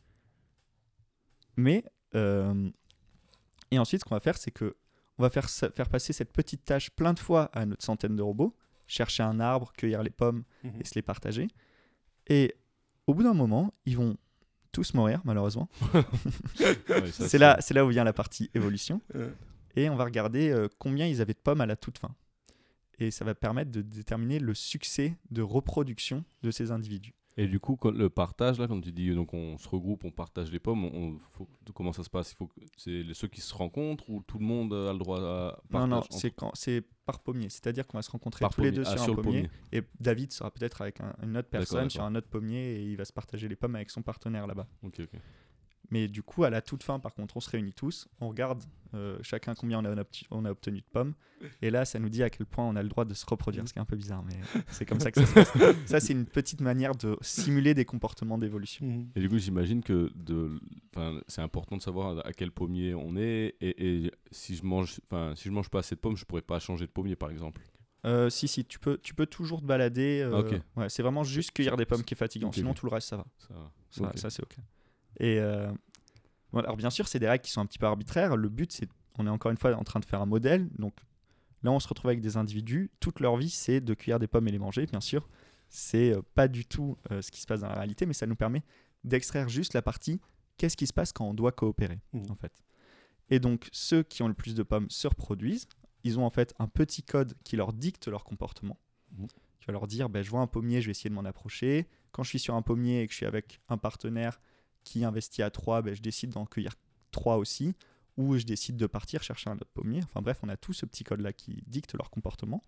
Mais, euh, et ensuite, ce qu'on va faire, c'est que on va faire, ça- faire passer cette petite tâche plein de fois à notre centaine de robots, chercher un arbre, cueillir les pommes Mhm. et se les partager. Et au bout d'un moment, ils vont tous mourir, malheureusement. Ouais, ça, C'est là, c'est là où vient la partie évolution. Euh, Et on va regarder euh, combien ils avaient de pommes à la toute fin. Et ça va permettre de déterminer le succès de reproduction de ces individus. Et du coup, quand le partage, là, quand tu dis donc on se regroupe, on partage les pommes, on, faut- comment ça se passe? Il faut que c'est les- ceux qui se rencontrent ou tout le monde a le droit à Non, non, partage c'est, quand, c'est par pommier. C'est-à-dire qu'on va se rencontrer par tous les pommier. deux Ah, sur, sur un le pommier. pommier. Et David sera peut-être avec un- une autre personne D'accord, sur d'accord. un autre pommier et il va se partager les pommes avec son partenaire là-bas. Ok, ok. Mais du coup, à la toute fin, par contre, on se réunit tous, on regarde euh, chacun combien on a, obti- on a obtenu de pommes. Et là, ça nous dit à quel point on a le droit de se reproduire, ce qui est un peu bizarre, mais c'est comme ça que ça se passe. Ça, c'est une petite manière de simuler des comportements d'évolution. mhm. Et du coup, j'imagine que de, enfin, c'est important de savoir à quel pommier on est et, et si je mange, enfin, si je mange pas assez de pommes, je pourrais pas changer de pommier, par exemple. Euh, si, si, tu peux, tu peux toujours te balader. euh, Ah, ok. ouais, c'est vraiment juste cueillir des pommes qui est fatigant. Ok, Sinon, ok. tout le reste, ça va. Ça va. Ça, Ok. ça, c'est OK. Et euh, bon, alors, bien sûr, c'est des règles qui sont un petit peu arbitraires. Le but, c'est. On est encore une fois en train de faire un modèle. Donc là, on se retrouve avec des individus. Toute leur vie, c'est de cueillir des pommes et les manger. Bien sûr, c'est euh, pas du tout euh, ce qui se passe dans la réalité, mais ça nous permet d'extraire juste la partie qu'est-ce qui se passe quand on doit coopérer, Mmh. en fait. Et donc, ceux qui ont le plus de pommes se reproduisent. Ils ont en fait un petit code qui leur dicte leur comportement. Mmh. Qui va leur dire, ben, je vois un pommier, je vais essayer de m'en approcher. Quand je suis sur un pommier et que je suis avec un partenaire qui investit à trois, ben, je décide d'en cueillir trois aussi. Ou je décide de partir chercher un autre pommier. Enfin bref, on a tout ce petit code-là qui dicte leur comportement.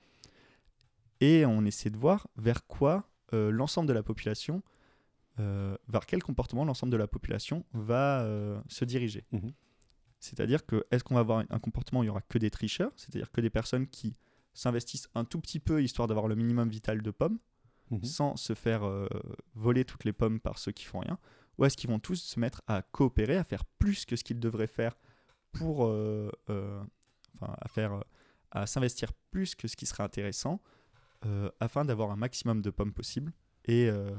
Et on essaie de voir vers quoi euh, l'ensemble de la population, euh, vers quel comportement l'ensemble de la population va euh, se diriger. Mhm. C'est-à-dire que est-ce qu'on va avoir un comportement où il n'y aura que des tricheurs, c'est-à-dire que des personnes qui s'investissent un tout petit peu histoire d'avoir le minimum vital de pommes, Mhm. sans se faire euh, voler toutes les pommes par ceux qui font rien, ou est-ce qu'ils vont tous se mettre à coopérer, à faire plus que ce qu'ils devraient faire pour, euh, euh, enfin, à faire, euh, à s'investir plus que ce qui serait intéressant, euh, afin d'avoir un maximum de pommes possible. Et, euh,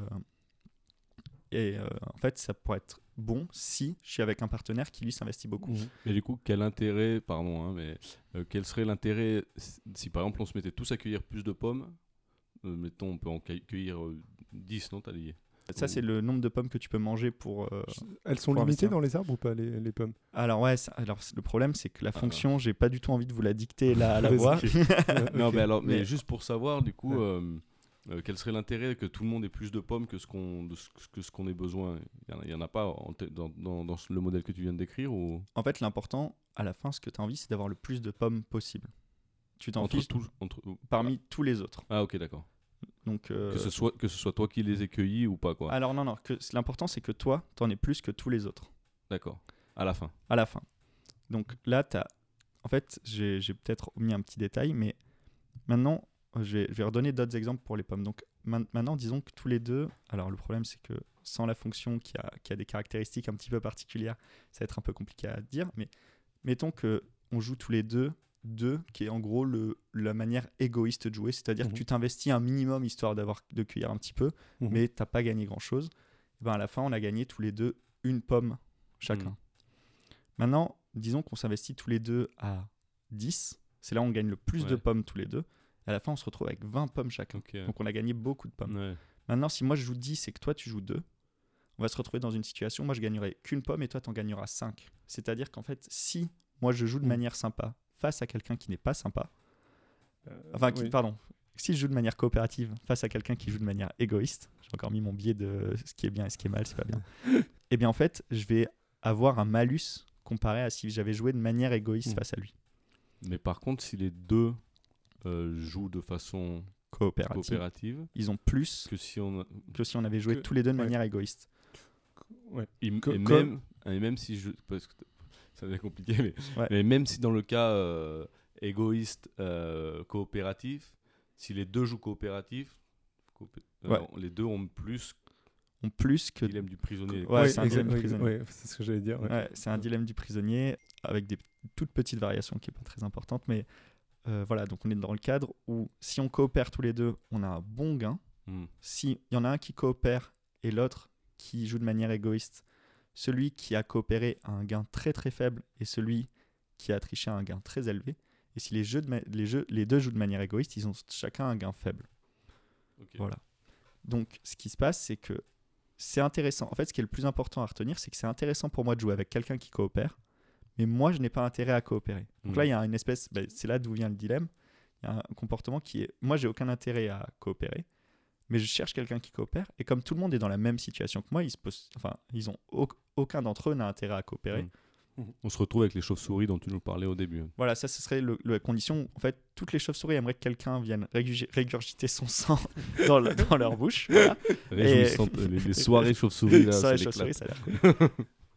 et euh, en fait, ça pourrait être bon si je suis avec un partenaire qui lui s'investit beaucoup. Mhm. Mais du coup, quel intérêt, pardon, hein, mais euh, quel serait l'intérêt si, si, par exemple on se mettait tous à cueillir plus de pommes, euh, mettons on peut en cueille- cueillir euh, dix, non, t'as dit? Ça, c'est le nombre de pommes que tu peux manger pour. euh, Elles sont Pour limitées investir. dans les arbres ou pas, les, les pommes? Alors ouais, ça- alors c- le problème c'est que la Ah. fonction, j'ai pas du tout envie de vous la dicter là à la Vas-y. voix. Euh, Non, ok. mais alors, mais Mais- juste pour savoir, du coup, Ouais. euh, euh, quel serait l'intérêt que tout le monde ait plus de pommes que ce qu'on de ce, que ce qu'on ait besoin? Il y en a, il y en a pas en te- dans, dans, dans le modèle que tu viens de décrire ou En fait, l'important à la fin, ce que tu as envie, c'est d'avoir le plus de pommes possible. Tu t'en entre fiches tous, entre parmi tous les autres. Ah, ok, d'accord. Donc euh, Que ce soit que ce soit toi qui les aies cueillis ou pas, quoi. alors non non, que l'important c'est que toi, tu en aies plus que tous les autres D'accord. À la fin. à la fin. Donc là, tu as en fait, j'ai j'ai peut-être omis un petit détail, mais maintenant, euh, je vais, je vais redonner d'autres exemples pour les pommes. Donc man- maintenant, disons que tous les deux, alors le problème c'est que sans la fonction qui a, qui a des caractéristiques un petit peu particulières, ça va être un peu compliqué à dire, mais mettons que on joue tous les deux deux, qui est en gros le, la manière égoïste de jouer, c'est-à-dire Mhm. que tu t'investis un minimum histoire d'avoir de cueillir un petit peu, Mhm. mais t'as pas gagné grand-chose. Et ben à la fin, on a gagné tous les deux une pomme chacun. Mhm. Maintenant, disons qu'on s'investit tous les deux à dix, c'est là où on gagne le plus de Ouais. pommes tous les deux. Et à la fin, on se retrouve avec vingt pommes chacun. Ok. Donc on a gagné beaucoup de pommes. Ouais. Maintenant, si moi je joue dix et que toi tu joues deux, on va se retrouver dans une situation, moi je gagnerai qu'une pomme et toi t'en gagneras cinq. C'est-à-dire qu'en fait, si moi je joue de Mhm. manière sympa face à quelqu'un qui n'est pas sympa, Euh, enfin, qui- oui. pardon, si je joue de manière coopérative face à quelqu'un qui joue de manière égoïste, j'ai encore mis mon biais de ce qui est bien et ce qui est mal, c'est pas bien, et bien en fait, je vais avoir un malus comparé à si j'avais joué de manière égoïste Mhm. face à lui. Mais par contre, si les deux euh, jouent de façon Coopérative. coopérative, Ils ont plus que si on que si on avait joué Que- tous les deux de ouais. manière égoïste. Ouais. et, Co- et co- même et même si je parce que ça devient compliqué, mais, Ouais. mais même si dans le cas euh, égoïste euh, coopératif, si les deux jouent coopératif, coopé- euh, Ouais. les deux ont plus Ont plus que que dilemme du prisonnier. Ouais, c'est un exact- dilemme du ouais, prisonnier. ouais, c'est ce que j'allais dire. ouais. Ouais, c'est un dilemme du prisonnier avec des toutes petites variations qui n'est pas très importante. Mais euh, voilà, donc on est dans le cadre où si on coopère tous les deux, on a un bon gain. Hmm. S'il y en a un qui coopère et l'autre qui joue de manière égoïste, celui qui a coopéré a un gain très très faible et celui qui a triché a un gain très élevé. Et si les, jeux de ma- les, jeux, les deux jouent de manière égoïste, ils ont chacun un gain faible. Ok. Voilà. Donc ce qui se passe, c'est que c'est intéressant. En fait, ce qui est le plus important à retenir, c'est que c'est intéressant pour moi de jouer avec quelqu'un qui coopère, mais moi, je n'ai pas intérêt à coopérer. Donc Mhm. là, il y a une espèce, ben, c'est là d'où vient le dilemme. Il y a un comportement qui est, moi, j'ai aucun intérêt à coopérer, mais je cherche quelqu'un qui coopère. Et comme tout le monde est dans la même situation que moi, ils se posent, enfin, ils ont au- aucun d'entre eux n'a intérêt à coopérer. Mhm. On se retrouve avec les chauves-souris dont tu nous parlais au début. Voilà, ça, ce serait le- la condition. En fait, toutes les chauves-souris aimeraient que quelqu'un vienne régu- régurgiter son sang dans, le- dans leur bouche. Voilà. Réjouissante, les, les soirées chauves-souris là, Ça, ça les chauves-souris, l'éclate. ça a l'air cool.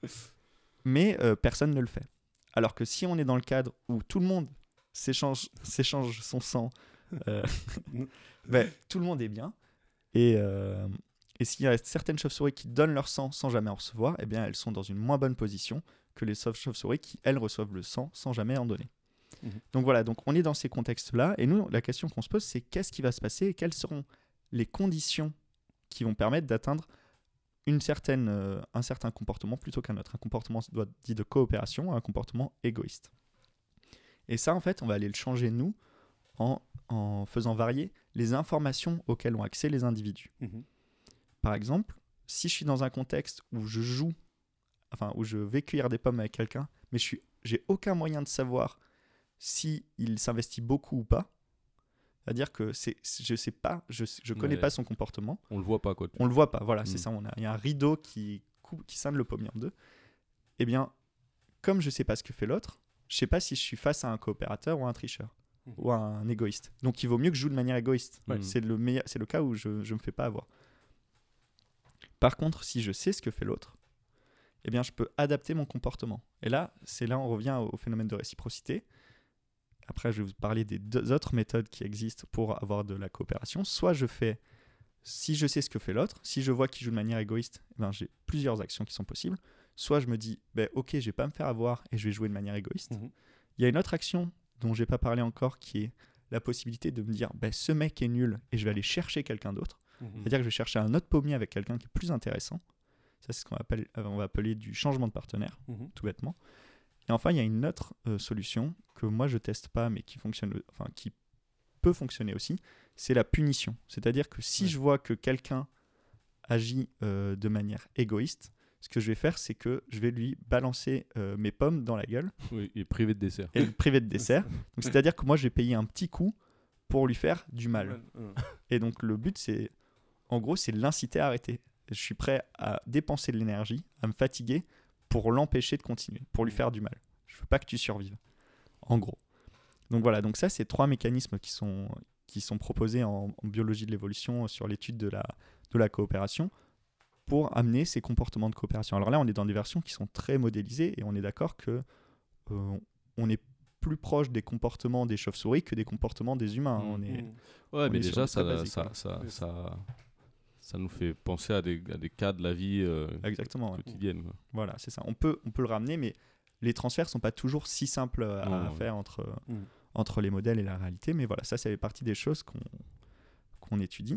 Mais euh, personne ne le fait. Alors que si on est dans le cadre où tout le monde s'échange, s'échange son sang, euh, ben, tout le monde est bien. Et, euh, et s'il y a certaines chauves-souris qui donnent leur sang sans jamais en recevoir, eh bien, elles sont dans une moins bonne position que les sauves chauves-souris qui, elles, reçoivent le sang sans jamais en donner. Mhm. Donc voilà, donc on est dans ces contextes-là. Et nous, la question qu'on se pose, c'est qu'est-ce qui va se passer et quelles seront les conditions qui vont permettre d'atteindre une certaine, euh, un certain comportement plutôt qu'un autre. Un comportement doit, dit de coopération, un comportement égoïste. Et ça, en fait, on va aller le changer, nous, en, en faisant varier les informations auxquelles ont accès les individus. Mhm. Par exemple, si je suis dans un contexte où je joue, enfin, où je vais cueillir des pommes avec quelqu'un, mais je n'ai aucun moyen de savoir s'il s'investit beaucoup ou pas, c'est-à-dire que c'est, je sais pas, je ne connais Ouais. pas son comportement. On le voit pas, quoi. On le voit pas, voilà, Mm. c'est ça. Il y a un rideau qui, coupe, qui scinde le pommier en deux. Eh bien, comme je sais pas ce que fait l'autre, je sais pas si je suis face à un coopérateur ou à un tricheur Mm. ou à un égoïste. Donc, il vaut mieux que je joue de manière égoïste. Ouais. C'est le meilleur, c'est le cas où je ne me fais pas avoir. Par contre, si je sais ce que fait l'autre, eh bien, je peux adapter mon comportement. Et là, c'est là on revient au phénomène de réciprocité. Après, je vais vous parler des deux autres méthodes qui existent pour avoir de la coopération. Soit je fais, si je sais ce que fait l'autre, si je vois qu'il joue de manière égoïste, eh ben, j'ai plusieurs actions qui sont possibles. Soit je me dis, ben, ok, je vais pas me faire avoir et je vais jouer de manière égoïste. Mhm. Il y a une autre action dont j'ai pas parlé encore qui est la possibilité de me dire, ben, ce mec est nul et je vais aller chercher quelqu'un d'autre. Mhm. C'est-à-dire que je vais chercher un autre pommier avec quelqu'un qui est plus intéressant. Ça, c'est ce qu'on va appeler, euh, on va appeler du changement de partenaire, Mhm. tout bêtement. Et enfin, il y a une autre euh, solution que moi je teste pas, mais qui fonctionne, enfin qui peut fonctionner aussi, c'est la punition. C'est-à-dire que si Ouais. je vois que quelqu'un agit euh, de manière égoïste, ce que je vais faire, c'est que je vais lui balancer euh, mes pommes dans la gueule Oui, il est privé de dessert. et le priver de dessert. Donc, c'est-à-dire que moi, je vais payer un petit coup pour lui faire du mal. Ouais. Et donc, le but, c'est, en gros, c'est l'inciter à arrêter. Je suis prêt à dépenser de l'énergie, à me fatiguer pour l'empêcher de continuer, pour lui faire du mal. Je veux pas que tu survives, en gros. Donc voilà, donc ça, c'est trois mécanismes qui sont, qui sont proposés en, en biologie de l'évolution sur l'étude de la, de la coopération pour amener ces comportements de coopération. Alors là, on est dans des versions qui sont très modélisées et on est d'accord que euh, on est plus proche des comportements des chauves-souris que des comportements des humains. Mmh. On est, Mhm. Ouais, on mais est sur déjà, du ça, très basique, ça, quoi. ça, Oui. ça, ça nous fait penser à des, à des cas de la vie euh, Exactement. Ouais. quotidienne. quoi. Voilà, c'est ça. On peut, on peut le ramener, mais les transferts sont pas toujours si simples à, Non, à ouais. faire entre, Mhm. entre les modèles et la réalité. Mais voilà, ça, ça fait partie des choses qu'on qu'on étudie.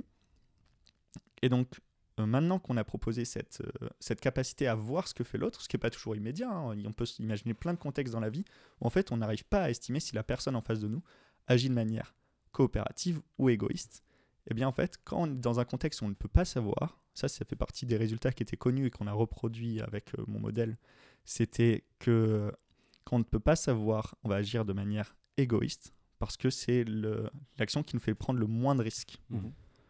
Et donc, euh, maintenant qu'on a proposé cette, euh, cette capacité à voir ce que fait l'autre, ce qui n'est pas toujours immédiat, hein, on peut imaginer plein de contextes dans la vie où en fait, on n'arrive pas à estimer si la personne en face de nous agit de manière coopérative ou égoïste. Et bien en fait, quand on est dans un contexte où on ne peut pas savoir, ça, ça fait partie des résultats qui étaient connus et qu'on a reproduits avec euh, mon modèle, c'était que quand on ne peut pas savoir, on va agir de manière égoïste parce que c'est le- l'action qui nous fait prendre le moins de risques. Mhm.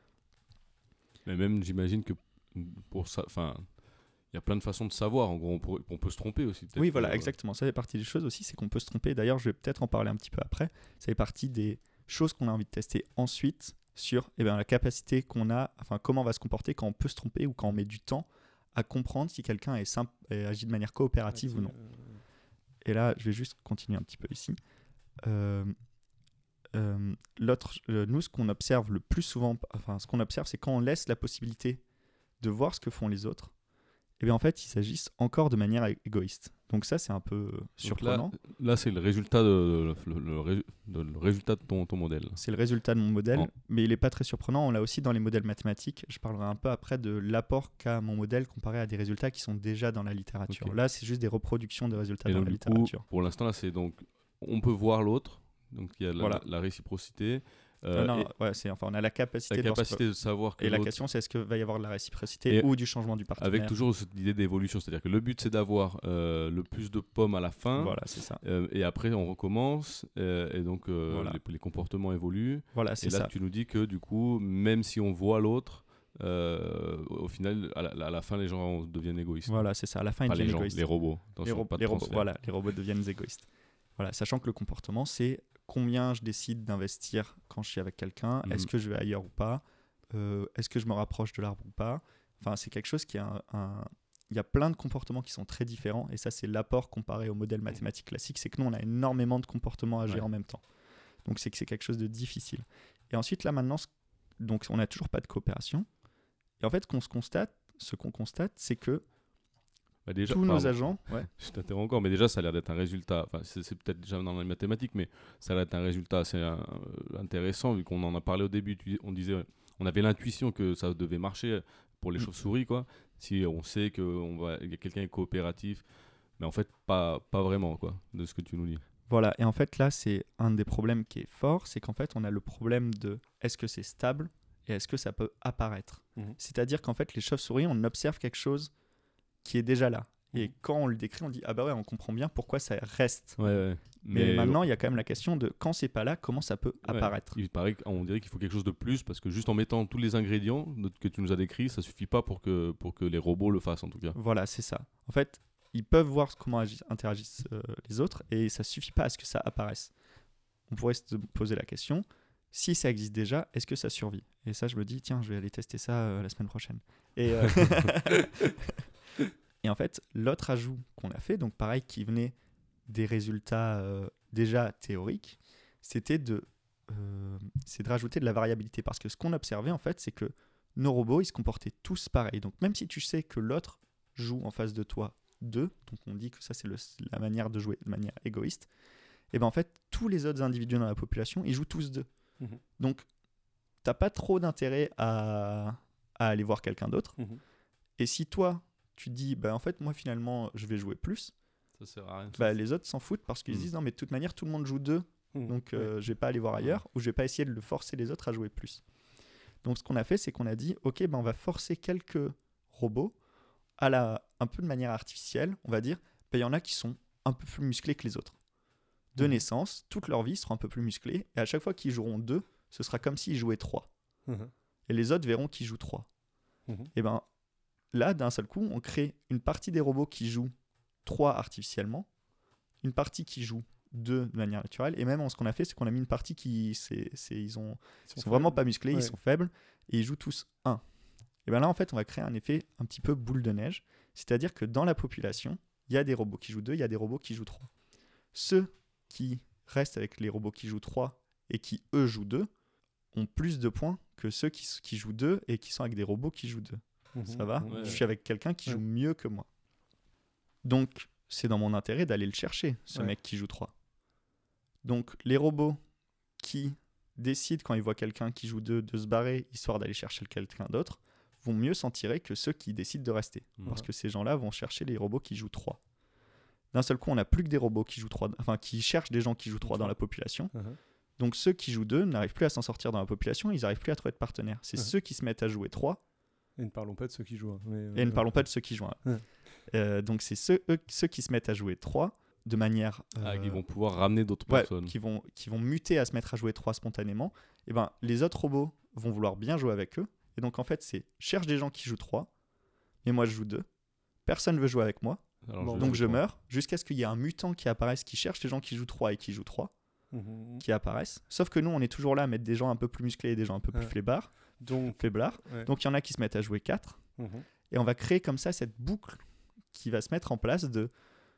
Mais même, j'imagine que pour ça, enfin, il y a plein de façons de savoir. En gros, on, pourrait- on peut se tromper aussi. peut-être Oui, voilà, que- exactement. Ça fait partie des choses aussi, c'est qu'on peut se tromper. D'ailleurs, je vais peut-être en parler un petit peu après. Ça fait partie des choses qu'on a envie de tester ensuite sur eh ben, la capacité qu'on a, enfin comment on va se comporter quand on peut se tromper ou quand on met du temps à comprendre si quelqu'un est simple et agit de manière coopérative ou non. Et là, je vais juste continuer un petit peu ici. Euh, euh, l'autre, euh, nous, ce qu'on observe le plus souvent, enfin, ce qu'on observe, c'est quand on laisse la possibilité de voir ce que font les autres, et bien en fait, ils s'agissent encore de manière é- égoïste. Donc ça, c'est un peu Donc surprenant. Là, là c'est le résultat de, le, le ré- de- le résultat de ton, ton modèle. C'est le résultat de mon modèle, Oh. mais il n'est pas très surprenant. On l'a aussi dans les modèles mathématiques. Je parlerai un peu après de l'apport qu'a mon modèle comparé à des résultats qui sont déjà dans la littérature. Ok. Là, c'est juste des reproductions de résultats Et dans donc, la du coup, littérature. pour l'instant, là, c'est donc, on peut voir l'autre. Donc, il y a la, Voilà. la réciprocité. Non, euh, non, et ouais, c'est, enfin, on a la capacité la de voir ce que- capacité de savoir que Et la l'autre- question, c'est est-ce qu'il va y avoir de la réciprocité Et ou du changement du partenaire. avec toujours cette idée d'évolution. C'est-à-dire que le but, c'est d'avoir euh, le plus de pommes à la fin. Voilà, c'est ça. Euh, et après, on recommence. euh, et donc, euh, Voilà. les, les comportements évoluent. Voilà, c'est Et là, ça. tu nous dis que, du coup, même si on voit l'autre, euh, au final, à la, à la fin, les gens deviennent égoïstes. Voilà, c'est ça. À la fin, ils Pas les deviennent gens, égoïstes. les robots. Les, Attention, ro- pas de les robots, transfert. voilà, les robots deviennent égoïstes. Voilà, sachant que le comportement, c'est combien je décide d'investir quand je suis avec quelqu'un, Mhm. est-ce que je vais ailleurs ou pas, euh, est-ce que je me rapproche de l'arbre ou pas. Enfin, c'est quelque chose qui a un, un- il y a plein de comportements qui sont très différents, et ça, c'est l'apport comparé au modèle mathématique classique, c'est que nous, on a énormément de comportements à gérer Ouais. en même temps. Donc, c'est que c'est quelque chose de difficile. Et ensuite, là, maintenant, ce- donc, on n'a toujours pas de coopération. Et en fait, qu'on se constate, ce qu'on constate, c'est que Bah déjà, tous nos pardon, agents. Ouais. je t'interromps encore, mais déjà, ça a l'air d'être un résultat. Enfin, c'est, c'est peut-être déjà dans les mathématiques, mais ça a l'air d'être un résultat assez euh, intéressant, vu qu'on en a parlé au début. Tu- on disait, on avait l'intuition que ça devait marcher pour les Mm. chauves-souris, quoi. Si on sait qu'il y a quelqu'un qui est coopératif, mais en fait, pas, pas vraiment, quoi, de ce que tu nous dis. Voilà, et en fait là c'est un des problèmes qui est fort, c'est qu'en fait on a le problème de est-ce que c'est stable et est-ce que ça peut apparaître. Mhm. C'est-à-dire qu'en fait les chauves-souris on observe quelque chose qui est déjà là. Et Mhm. quand on le décrit on dit ah bah ouais on comprend bien pourquoi ça reste. Ouais, ouais. Mais, maintenant il y a quand même la question de quand c'est pas là comment ça peut ouais, apparaître. il paraît qu'on dirait qu'il faut quelque chose de plus, parce que juste en mettant tous les ingrédients que tu nous as décrits, ça suffit pas pour que, pour que les robots le fassent en tout cas. Voilà c'est ça. En fait ils peuvent voir comment agissent, interagissent euh, les autres et ça suffit pas à ce que ça apparaisse. On pourrait se poser la question, si ça existe déjà, est-ce que ça survit? Et ça, je me dis, tiens, je vais aller tester ça euh, la semaine prochaine. Et, euh, et en fait, l'autre ajout qu'on a fait, donc pareil, qui venait des résultats euh, déjà théoriques, c'était de, euh, c'est de rajouter de la variabilité. Parce que ce qu'on observait, en fait, c'est que nos robots, ils se comportaient tous pareil. Donc même si tu sais que l'autre joue en face de toi deux, donc on dit que ça, c'est le, la manière de jouer de manière égoïste, et ben en fait, tous les autres individus dans la population, ils jouent tous deux. Mmh. Donc, t'as pas trop d'intérêt à, à aller voir quelqu'un d'autre. Mmh. Et si toi, tu dis, bah en fait, moi finalement, je vais jouer plus, ça sert à rien. Bah, les autres s'en foutent parce qu'ils mmh. disent, non mais de toute manière, tout le monde joue deux, mmh. donc euh, ouais. je vais pas aller voir ailleurs, mmh. ou je vais pas essayer de le forcer les autres à jouer plus. Donc, ce qu'on a fait, c'est qu'on a dit, ok, ben on va forcer quelques robots à la, un peu de manière artificielle, on va dire, il y en a qui sont un peu plus musclés que les autres. De mmh. naissance, toute leur vie seront un peu plus musclés, et à chaque fois qu'ils joueront deux, ce sera comme s'ils jouaient trois. Mmh. Et les autres verront qu'ils jouent trois. Mmh. Et ben là, d'un seul coup, on crée une partie des robots qui jouent trois artificiellement, une partie qui joue deux de manière naturelle, et même ce qu'on a fait, c'est qu'on a mis une partie qui, c'est, c'est, ils, ont, ils sont, sont vraiment pas musclés, ouais. Ils sont faibles, et ils jouent tous un. Et bien là, en fait, on va créer un effet un petit peu boule de neige, c'est-à-dire que dans la population, il y a des robots qui jouent deux, il y a des robots qui jouent trois. Ceux qui restent avec les robots qui jouent trois et qui, eux, jouent deux, ont plus de points que ceux qui, qui jouent deux et qui sont avec des robots qui jouent deux. Mmh, ça va ouais, Je suis avec quelqu'un qui ouais. joue mieux que moi. Donc, c'est dans mon intérêt d'aller le chercher, ce ouais. mec qui joue trois. Donc, les robots qui décident, quand ils voient quelqu'un qui joue deux, de se barrer, histoire d'aller chercher quelqu'un d'autre, vont mieux s'en tirer que ceux qui décident de rester. Mmh. Parce que ces gens-là vont chercher les robots qui jouent trois. D'un seul coup, on n'a plus que des robots qui jouent trois, enfin qui cherchent des gens qui jouent trois dans la population. Uh-huh. Donc ceux qui jouent deux n'arrivent plus à s'en sortir dans la population, ils n'arrivent plus à trouver de partenaires. C'est uh-huh. ceux qui se mettent à jouer trois. Et ne parlons pas de ceux qui jouent un. Mais euh, Et ne parlons pas de ceux qui jouent un. Uh-huh. Euh, donc c'est ceux, eux, ceux qui se mettent à jouer trois de manière... Euh, ah, qui vont pouvoir ramener d'autres ouais, personnes. Qui vont, qui vont muter à se mettre à jouer trois spontanément. Et ben, les autres robots vont vouloir bien jouer avec eux. Et donc en fait, c'est cherche des gens qui jouent trois, mais moi je joue deux. Personne ne veut jouer avec moi. Alors, bon, je donc je trois. meurs jusqu'à ce qu'il y ait un mutant qui apparaisse qui cherche les gens qui jouent trois et qui jouent trois mmh. qui apparaissent. Sauf que nous on est toujours là à mettre des gens un peu plus musclés et des gens un peu plus ouais. flébards. Donc, faiblards. Ouais. Donc il y en a qui se mettent à jouer quatre. Mmh. Et on va créer comme ça cette boucle qui va se mettre en place de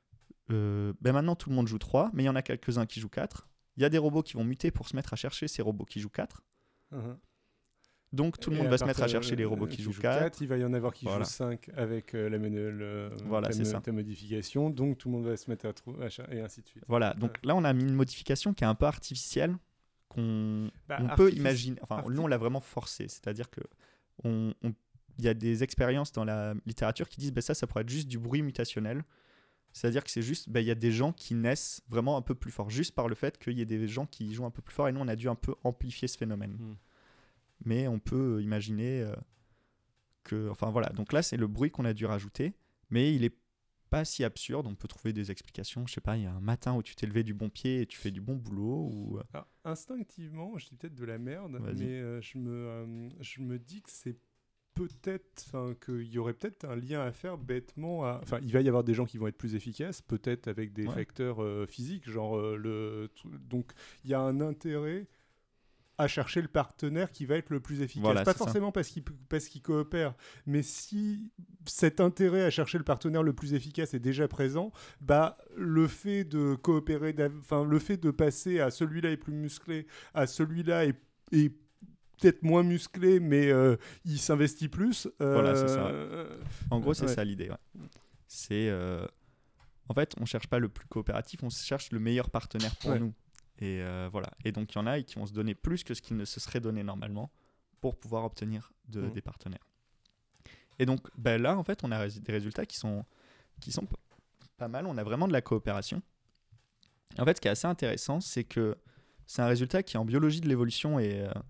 euh, ben maintenant tout le monde joue trois, mais il y en a quelques-uns qui jouent quatre. Il y a des robots qui vont muter pour se mettre à chercher ces robots qui jouent quatre. Mmh. Donc tout le et monde va se mettre à chercher les robots qui, qui jouent quatre. quatre. Il va y en avoir qui voilà. jouent cinq avec euh, la, le, voilà, ta, ta modification. Donc tout le monde va se mettre à trouver et ainsi de suite. Voilà, donc ouais. là on a mis une modification qui est un peu artificielle, qu'on bah, on peut imaginer. Enfin, Artif- nous on l'a vraiment forcé. C'est-à-dire qu'il on, on, y a des expériences dans la littérature qui disent bah, ça, ça pourrait être juste du bruit mutationnel. C'est-à-dire que c'est juste, il bah, y a des gens qui naissent vraiment un peu plus forts, juste par le fait qu'il y ait des gens qui jouent un peu plus fort. Et nous on a dû un peu amplifier ce phénomène. Hmm. Mais on peut imaginer euh, que... Enfin voilà, donc là c'est le bruit qu'on a dû rajouter, mais il est pas si absurde, on peut trouver des explications. Je sais pas, il y a un matin où tu t'es levé du bon pied et tu fais du bon boulot ou... Alors, instinctivement, je dis peut-être de la merde, Vas-y. mais euh, je, me, euh, je me dis que c'est peut-être... qu'il y aurait peut-être un lien à faire bêtement à... Enfin, il va y avoir des gens qui vont être plus efficaces, peut-être avec des ouais. facteurs euh, physiques, genre euh, le... Donc, il y a un intérêt... à chercher le partenaire qui va être le plus efficace. Voilà, pas forcément parce qu'il, parce qu'il coopère, mais si cet intérêt à chercher le partenaire le plus efficace est déjà présent, bah, le fait de coopérer, enfin, le fait de passer à celui-là est plus musclé, à celui-là est, est peut-être moins musclé, mais euh, il s'investit plus. Euh, voilà, c'est ça. En gros, c'est ouais. ça l'idée. Ouais. c'est euh, en fait, on cherche pas le plus coopératif, on cherche le meilleur partenaire pour Ouais. nous. Et euh, voilà. Et donc, il y en a qui vont se donner plus que ce qu'ils ne se seraient donné normalement pour pouvoir obtenir de, Mhm. des partenaires. Et donc, ben là, en fait, on a rés- des résultats qui sont, qui sont p- pas mal. On a vraiment de la coopération. En fait, ce qui est assez intéressant, c'est que c'est un résultat qui, en biologie de l'évolution, est, euh,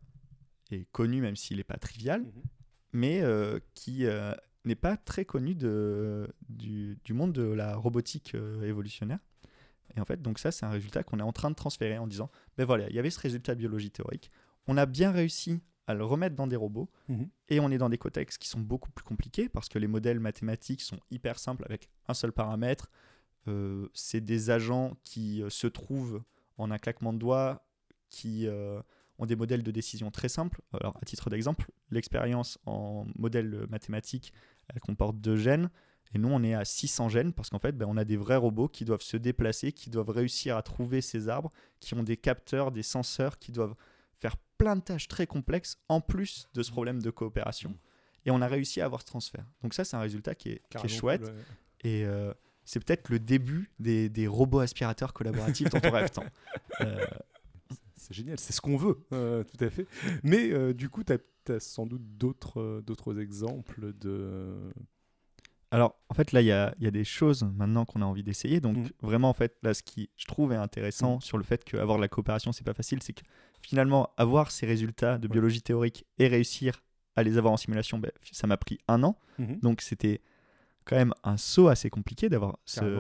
est connu, même s'il n'est pas trivial, Mhm. mais euh, qui euh, n'est pas très connu de, du, du monde de la robotique euh, évolutionnaire. Et en fait, donc ça, c'est un résultat qu'on est en train de transférer en disant, ben voilà, il y avait ce résultat de biologie théorique, on a bien réussi à le remettre dans des robots, Mhm. et on est dans des contextes qui sont beaucoup plus compliqués, parce que les modèles mathématiques sont hyper simples avec un seul paramètre. Euh, c'est des agents qui euh, se trouvent en un claquement de doigts, qui euh, ont des modèles de décision très simples. Alors, à titre d'exemple, l'expérience en modèle mathématique, elle comporte deux gènes, et nous, on est à six cents gènes, parce qu'en fait, ben, on a des vrais robots qui doivent se déplacer, qui doivent réussir à trouver ces arbres, qui ont des capteurs, des senseurs, qui doivent faire plein de tâches très complexes, en plus de ce problème de coopération. Et on a réussi à avoir ce transfert. Donc ça, c'est un résultat qui est, qui est Carrément chouette. cool, ouais. Et euh, c'est peut-être le début des, des robots aspirateurs collaboratifs dont on rêve tant. Euh, C'est génial, c'est ce qu'on veut, euh, tout à fait. Mais euh, du coup, tu as sans doute d'autres euh, d'autres exemples de... alors, en fait, là, il y a, il y a des choses maintenant qu'on a envie d'essayer. Donc, Mhm. vraiment, en fait, là, ce qui, je trouve, est intéressant Mhm. sur le fait qu'avoir de la coopération, c'est pas facile, c'est que finalement, avoir ces résultats de Ouais. biologie théorique et réussir à les avoir en simulation, ben, ça m'a pris un an. Mhm. Donc, c'était quand même un saut assez compliqué d'avoir Carrément.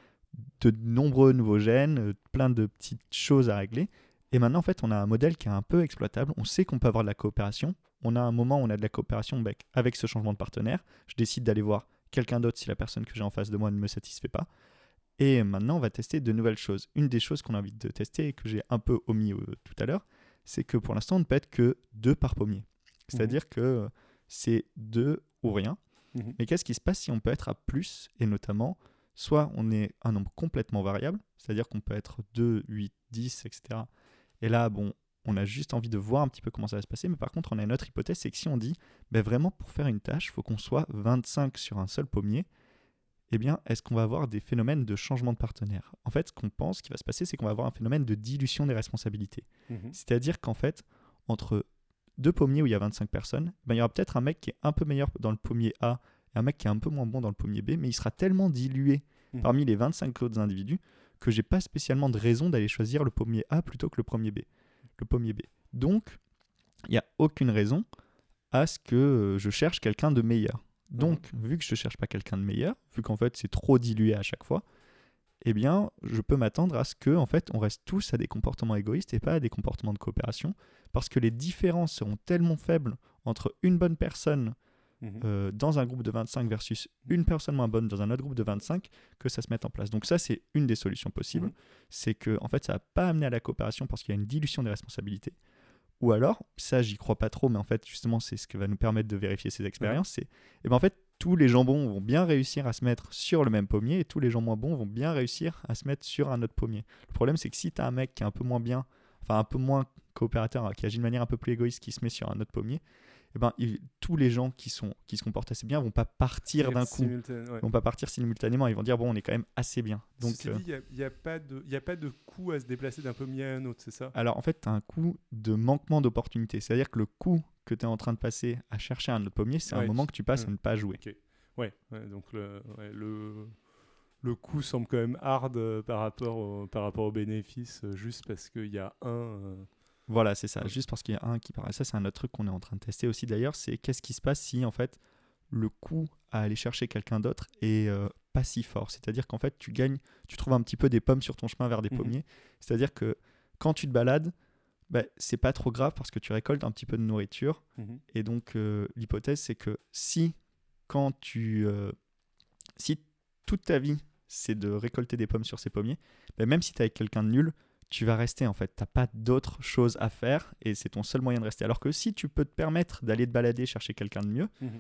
ce, de nombreux nouveaux gènes, euh, plein de petites choses à régler. Et maintenant, en fait, on a un modèle qui est un peu exploitable. On sait qu'on peut avoir de la coopération. On a un moment où on a de la coopération avec, avec ce changement de partenaire. Je décide d'aller voir quelqu'un d'autre si la personne que j'ai en face de moi ne me satisfait pas. Et maintenant, on va tester de nouvelles choses. Une des choses qu'on a envie de tester et que j'ai un peu omis euh, tout à l'heure, c'est que pour l'instant, on ne peut être que deux par pommier. C'est-à-dire que euh, c'est deux ou rien. Mhm. Mais qu'est-ce qui se passe si on peut être à plus, et notamment, soit on est un nombre complètement variable, c'est-à-dire qu'on peut être deux, huit, dix, et cetera. Et là, bon, on a juste envie de voir un petit peu comment ça va se passer, mais par contre, on a une autre hypothèse, c'est que si on dit, ben vraiment, pour faire une tâche, il faut qu'on soit vingt-cinq sur un seul pommier, eh bien, est-ce qu'on va avoir des phénomènes de changement de partenaire? En fait, ce qu'on pense qui va se passer, c'est qu'on va avoir un phénomène de dilution des responsabilités. Mhm. C'est-à-dire qu'en fait, entre deux pommiers où il y a vingt-cinq personnes, ben, il y aura peut-être un mec qui est un peu meilleur dans le pommier A et un mec qui est un peu moins bon dans le pommier B, mais il sera tellement dilué Mhm. parmi les vingt-cinq autres individus que j'ai pas spécialement de raison d'aller choisir le pommier A plutôt que le pommier B. Le pommier B. Donc, il n'y a aucune raison à ce que euh, je cherche quelqu'un de meilleur. Donc, vu que je ne cherche pas quelqu'un de meilleur, vu qu'en fait c'est trop dilué à chaque fois, eh bien, je peux m'attendre à ce que, en fait, on reste tous à des comportements égoïstes et pas à des comportements de coopération, parce que les différences seront tellement faibles entre une bonne personne Mhm. euh, dans un groupe de vingt-cinq versus une personne moins bonne dans un autre groupe de vingt-cinq que ça se mette en place. Donc ça, c'est une des solutions possibles. Mhm. C'est que, en fait, ça va pas amener à la coopération parce qu'il y a une dilution des responsabilités. Ou alors, ça, j'y crois pas trop, mais en fait, justement, c'est ce qui va nous permettre de vérifier ces expériences. C'est, et ben en fait, tous les jambons vont bien réussir à se mettre sur le même pommier et tous les gens moins bons vont bien réussir à se mettre sur un autre pommier. Le problème, c'est que si tu as un mec qui est un peu moins bien, enfin un peu moins coopérateur, qui agit de manière un peu plus égoïste, qui se met sur un autre pommier, et ben, il- tous les gens qui, sont, qui se comportent assez bien vont pas partir d'un coup. Simultané, ouais. Ils vont pas partir simultanément. Ils vont dire, bon, on est quand même assez bien. Donc, Ceci euh, dit, il n'y a, y a pas de- y a pas de coût à se déplacer d'un pommier à un autre, c'est ça? alors, en fait, tu as un coût de manquement d'opportunité. C'est-à-dire que le coût que tu es en train de passer à chercher un autre pommier, c'est Ouais, un moment que tu passes ouais. à ne pas jouer. Ok. Ouais, ouais, donc le, ouais, le, le coût semble quand même hard euh, par, rapport au, par rapport aux bénéfices, euh, juste parce qu'il y a un... euh, Voilà, c'est ça. Ouais. Juste parce qu'il y a un qui paraît. Ça, c'est un autre truc qu'on est en train de tester aussi d'ailleurs. C'est qu'est-ce qui se passe si, en fait, le coût à aller chercher quelqu'un d'autre est euh, pas si fort. C'est-à-dire qu'en fait, tu gagnes, tu trouves un petit peu des pommes sur ton chemin vers des Mhm. pommiers. C'est-à-dire que quand tu te balades, bah, c'est pas trop grave parce que tu récoltes un petit peu de nourriture. mhm. Et donc, euh, l'hypothèse, c'est que si, quand tu. euh, si toute ta vie, c'est de récolter des pommes sur ces pommiers, bah, même si tu es avec quelqu'un de nul, tu vas rester en fait. Tu n'as pas d'autre chose à faire et c'est ton seul moyen de rester. Alors que si tu peux te permettre d'aller te balader, chercher quelqu'un de mieux, Mhm.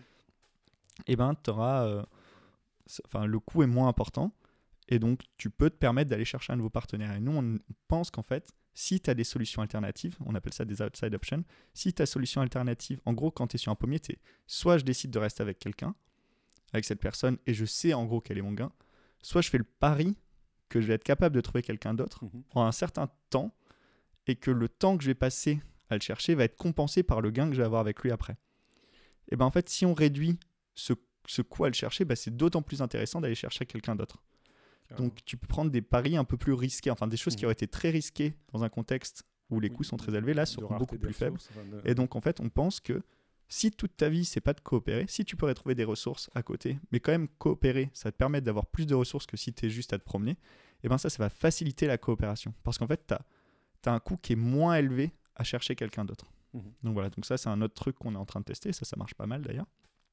eh ben, t'auras, euh, c- enfin, le coût est moins important et donc tu peux te permettre d'aller chercher un nouveau partenaire. Et nous, on pense qu'en fait, si tu as des solutions alternatives, on appelle ça des outside options, si ta solution alternative, en gros, quand tu es sur un pommier, tu es soit je décide de rester avec quelqu'un, avec cette personne et je sais en gros quel est mon gain, soit je fais le pari que je vais être capable de trouver quelqu'un d'autre Mhm. en un certain temps et que le temps que je vais passer à le chercher va être compensé par le gain que je vais avoir avec lui après. Et ben en fait, si on réduit ce, ce coût à le chercher, ben c'est d'autant plus intéressant d'aller chercher quelqu'un d'autre. Carrément. Donc tu peux prendre des paris un peu plus risqués, enfin des choses Mhm. qui auraient été très risquées dans un contexte où les Oui, coûts sont de- très élevés, là de seront rareté beaucoup des plus faibles. ressources, enfin, de- Et donc en fait, on pense que si toute ta vie c'est pas de coopérer, si tu pourrais trouver des ressources à côté, mais quand même coopérer, ça te permet d'avoir plus de ressources que si tu es juste à te promener, et ben ça, ça va faciliter la coopération. Parce qu'en fait, tu as un coût qui est moins élevé à chercher quelqu'un d'autre. Mhm. Donc voilà, donc ça c'est un autre truc qu'on est en train de tester, ça ça marche pas mal d'ailleurs.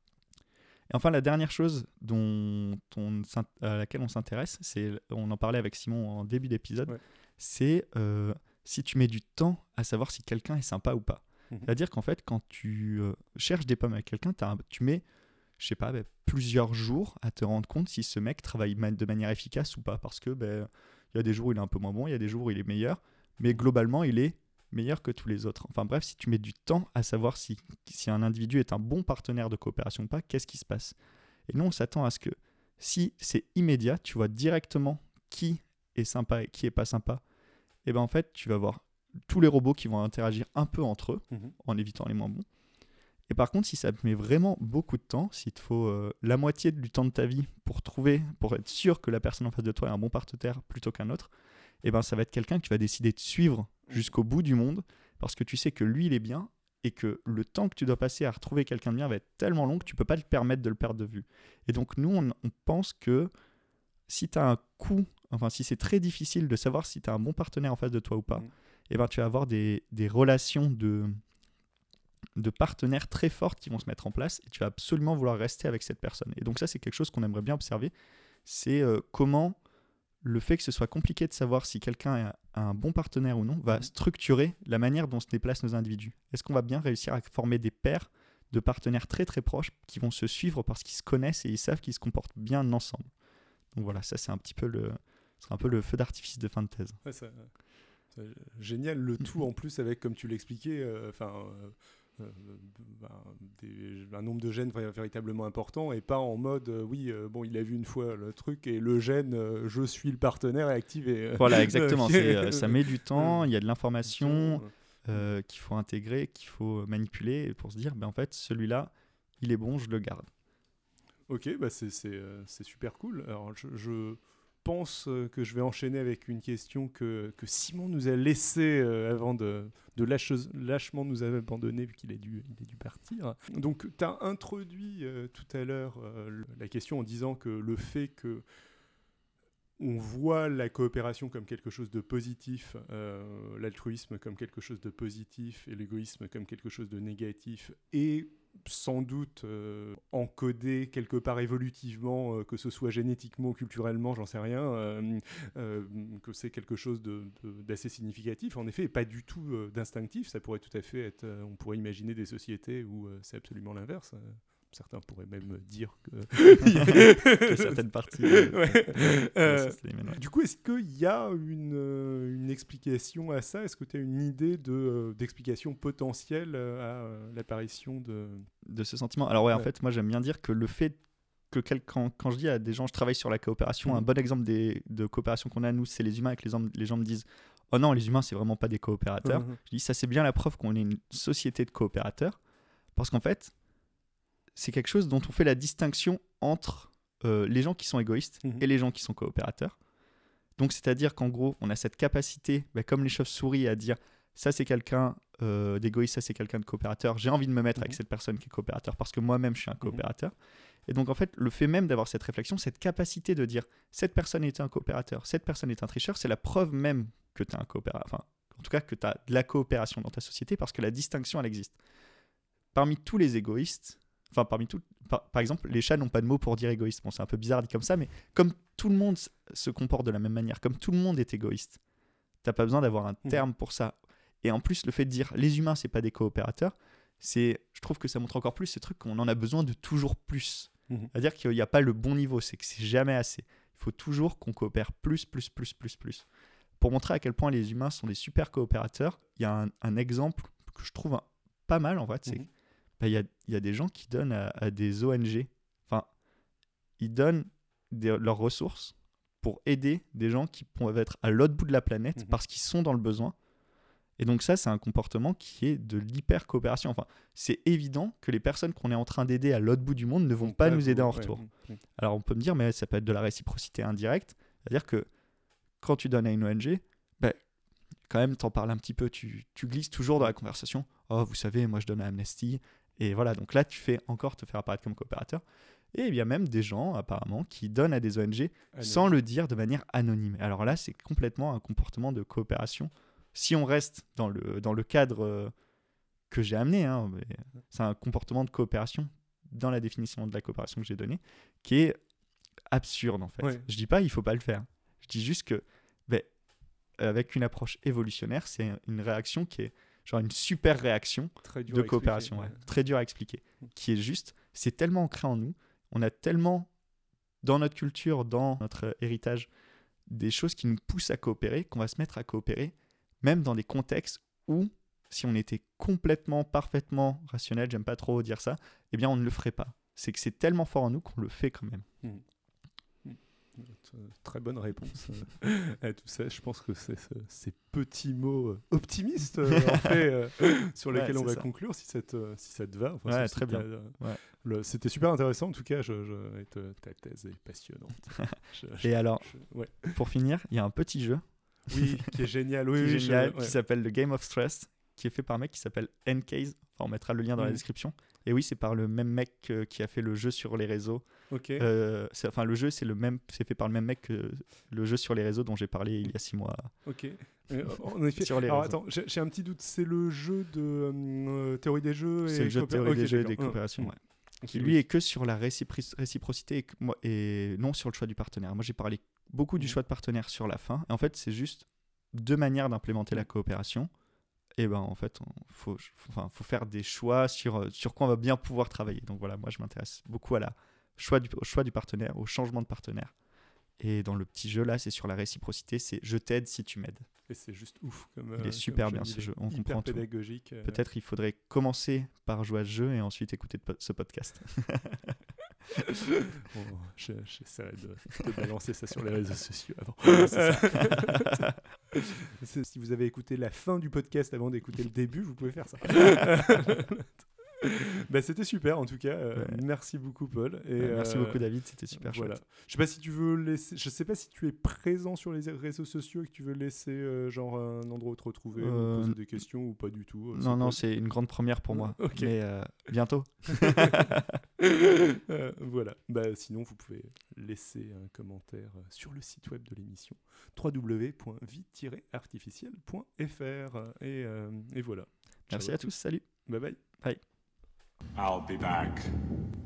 Et enfin la dernière chose dont on, s'int- à laquelle on s'intéresse, c'est, on en parlait avec Simon en début d'épisode, Ouais. c'est euh, si tu mets du temps à savoir si quelqu'un est sympa ou pas. Mhm. C'est-à-dire qu'en fait quand tu euh, cherches des pommes avec quelqu'un, t'as un- tu mets, je sais pas, ben, plusieurs jours à te rendre compte si ce mec travaille ma- de manière efficace ou pas, parce que ben, il y a des jours où il est un peu moins bon, il y a des jours où il est meilleur, mais globalement il est meilleur que tous les autres. Enfin bref, si tu mets du temps à savoir si, si un individu est un bon partenaire de coopération ou pas, qu'est-ce qui se passe? Et nous, on s'attend à ce que si c'est immédiat, tu vois directement qui est sympa et qui est pas sympa, et ben en fait, tu vas voir tous les robots qui vont interagir un peu entre eux, Mhm. en évitant les moins bons. Et par contre, si ça te met vraiment beaucoup de temps, s'il te faut euh, la moitié du temps de ta vie pour trouver, pour être sûr que la personne en face de toi est un bon partenaire plutôt qu'un autre, et ben ça va être quelqu'un que tu vas décider de suivre jusqu'au bout du monde parce que tu sais que lui il est bien et que le temps que tu dois passer à retrouver quelqu'un de bien va être tellement long que tu peux pas te permettre de le perdre de vue. Et donc nous on, on pense que si tu as un coût, enfin si c'est très difficile de savoir si tu as un bon partenaire en face de toi ou pas, Mhm. et ben tu vas avoir des, des relations de de partenaires très fortes qui vont se mettre en place et tu vas absolument vouloir rester avec cette personne. Et donc ça c'est quelque chose qu'on aimerait bien observer, c'est euh, comment le fait que ce soit compliqué de savoir si quelqu'un a un bon partenaire ou non va structurer la manière dont se déplacent nos individus. Est-ce qu'on va bien réussir à former des paires de partenaires très très proches qui vont se suivre parce qu'ils se connaissent et ils savent qu'ils se comportent bien ensemble. Donc voilà, ça c'est un petit peu le, c'est un peu le feu d'artifice de fin de thèse. Ouais, ça- ça- génial, le tout en plus avec, comme tu l'expliquais, enfin euh, euh, ben, des- un nombre de gènes vra- véritablement important et pas en mode euh, oui euh, bon il a vu une fois le truc et le gène euh, je suis le partenaire est activé. Voilà, exactement. c'est, euh, ça met du temps, il y a de l'information Euh, euh, qu'il faut intégrer, qu'il faut manipuler pour se dire, ben en fait celui-là, il est bon, je le garde. Ok, bah c'est, c'est, euh, c'est super cool. Alors je, je pense euh, que je vais enchaîner avec une question que, que Simon nous a laissée euh, avant de, de lâche, lâchement nous avait abandonné vu qu'il a dû, il a dû partir. Donc tu as introduit euh, tout à l'heure euh, le- la question en disant que le fait que on voit la coopération comme quelque chose de positif, euh, l'altruisme comme quelque chose de positif et l'égoïsme comme quelque chose de négatif et sans doute euh, encodé quelque part évolutivement, euh, que ce soit génétiquement ou culturellement, j'en sais rien, euh, euh, que c'est quelque chose de, de, d'assez significatif, en effet, et pas du tout euh, d'instinctif. Ça pourrait tout à fait être, euh, on pourrait imaginer des sociétés où euh, c'est absolument l'inverse. Euh, certains pourraient même dire que... Que certaines parties. euh, Ouais. Euh, ça, c'est les ménages. du coup, est-ce qu'il y a une, euh, une explication à ça? Est-ce que tu as une idée de, euh, d'explication potentielle euh, à euh, l'apparition de... De ce sentiment. Alors ouais, en Ouais. fait, moi j'aime bien dire que le fait que quel- quand, quand je dis à des gens, je travaille sur la coopération, Mhm. un bon exemple des, de coopération qu'on a nous, c'est les humains, et que les, hommes- les gens me disent, oh non, les humains, c'est vraiment pas des coopérateurs. Mhm. Je dis, ça c'est bien la preuve qu'on est une société de coopérateurs, parce qu'en fait, c'est quelque chose dont on fait la distinction entre euh, les gens qui sont égoïstes Mhm. et les gens qui sont coopérateurs. Donc c'est-à-dire qu'en gros, on a cette capacité, bah, comme les chauves-souris, à dire, ça c'est quelqu'un euh, d'égoïste, ça c'est quelqu'un de coopérateur, j'ai envie de me mettre Mhm. avec cette personne qui est coopérateur, parce que moi-même je suis un coopérateur. Et donc en fait, le fait même d'avoir cette réflexion, cette capacité de dire, cette personne est un coopérateur, cette personne est un tricheur, c'est la preuve même que tu as un coopérateur, enfin, en tout cas que tu as de la coopération dans ta société, parce que la distinction, elle existe. Parmi tous les égoïstes, enfin parmi tout, par, par exemple, les chats n'ont pas de mot pour dire égoïste. Bon, c'est un peu bizarre dit comme ça, mais comme tout le monde s- se comporte de la même manière, comme tout le monde est égoïste, t'as pas besoin d'avoir un Mhm. terme pour ça. Et en plus, le fait de dire les humains, c'est pas des coopérateurs, c'est, je trouve que ça montre encore plus ce truc qu'on en a besoin de toujours plus. Mhm. C'est-à-dire qu'il n'y a pas le bon niveau, c'est que c'est jamais assez. Il faut toujours qu'on coopère plus, plus, plus, plus, plus. Pour montrer à quel point les humains sont des super coopérateurs, il y a un, un exemple que je trouve un- pas mal en vrai, c'est Mhm. bah, il y, a, il y a des gens qui donnent à, à des O N G. Enfin, ils donnent des, leurs ressources pour aider des gens qui peuvent être à l'autre bout de la planète Mhm. parce qu'ils sont dans le besoin. Et donc ça, c'est un comportement qui est de l'hyper-coopération. Enfin, c'est évident que les personnes qu'on est en train d'aider à l'autre bout du monde ne vont Donc, pas ouais, nous aider en ouais, retour. ouais, ouais. Alors on peut me dire, mais ça peut être de la réciprocité indirecte. C'est-à-dire que quand tu donnes à une O N G, ben, quand même, t'en parles un petit peu, tu, tu glisses toujours dans la conversation. Oh, vous savez, moi je donne à Amnesty. Et voilà, donc là, tu fais encore te faire apparaître comme coopérateur. Et il y a même des gens, apparemment, qui donnent à des O N G Anonyme. sans le dire de manière anonyme. Alors là, c'est complètement un comportement de coopération. Si on reste dans le, dans le cadre euh, que j'ai amené, hein, mais c'est un comportement de coopération dans la définition de la coopération que j'ai donnée, qui est absurde en fait. Ouais. Je dis pas il faut pas le faire. Je dis juste que ben, avec une approche évolutionnaire, c'est une réaction qui est genre une super réaction Très dur de à coopération, expliquer, ouais. Très dur à expliquer, qui est juste, c'est tellement ancré en nous, on a tellement dans notre culture, dans notre héritage, des choses qui nous poussent à coopérer, qu'on va se mettre à coopérer, même dans des contextes où, si on était complètement, parfaitement rationnel, j'aime pas trop dire ça, eh bien on ne le ferait pas. C'est que c'est tellement fort en nous qu'on le fait quand même. Mmh. Mmh. Très bonne réponse euh, à tout ça. Je pense que c'est ce- ces petits mots euh, optimistes euh, en fait, euh, sur Ouais, lesquels on c'est va ça. conclure si ça te, si ça te va. Enfin, Ouais, sauf si très bien. t'as, euh, Ouais. le- C'était super intéressant en tout cas. Je, je- et te- ta thèse est passionnante. Je- je- Et alors, je- ouais. pour finir, il y a un petit jeu Oui, qui est génial. Oui, qui est oui, génial, je- ouais. qui s'appelle The Game of Stress, qui est fait par un mec qui s'appelle N-Case. Enfin, on mettra le lien dans la Mhm. description. Et oui, c'est par le même mec euh, qui a fait le jeu sur les réseaux. Ok. Euh, c'est- enfin, le jeu, c'est le même, c'est fait par le même mec que le jeu sur les réseaux dont j'ai parlé il y a six mois. Ok. Euh, en effet. Sur les Alors réseaux. attends, j'ai j'ai un petit doute. C'est le jeu de euh, théorie des jeux. C'est et le jeu de coopé- théorie ok, des jeux et des d'accord. coopérations, Mmh. ouais. Ok, Qui oui. lui est que sur la récipri- réciprocité et, que moi- et non sur le choix du partenaire. Moi, j'ai parlé beaucoup du Mhm. choix de partenaire sur la fin. Et en fait, c'est juste deux manières d'implémenter la coopération. Et ben, en fait, il faut, enfin, faut faire des choix sur, euh, sur quoi on va bien pouvoir travailler. Donc voilà, moi, je m'intéresse beaucoup à la choix du, au choix du partenaire, au changement de partenaire. Et dans le petit jeu, là, c'est sur la réciprocité, c'est je t'aide si tu m'aides. Et c'est juste ouf. Comme, Il euh, est super comme bien, jeu, ce il est jeu. On hyper comprend tout. pédagogique. euh, Peut-être il faudrait commencer par jouer à ce jeu et ensuite écouter de po- ce podcast. bon, je- J'essaierai de, de balancer ça sur les réseaux sociaux avant. Ouais, c'est ça. C'est- si vous avez écouté la fin du podcast avant d'écouter le début, vous pouvez faire ça. Bah, c'était super en tout cas. Euh, Ouais. Merci beaucoup Paul. Et, Ouais, merci euh, beaucoup David, c'était super voilà. chouette. Je sais pas si tu veux laisser. Je sais pas si tu es présent sur les réseaux sociaux et que tu veux laisser euh, genre un endroit où te retrouver, Euh, ou poser des questions ou pas du tout. euh, Non, non, cool. c'est une grande première pour moi. Ok. Mais euh, bientôt. Euh, voilà. Bah, sinon, vous pouvez laisser un commentaire euh, sur le site web de l'émission w w w point vie tiret artificielle point f r et, euh, et voilà. Merci Ciao à tous, salut. Bye bye. Bye. I'll be back.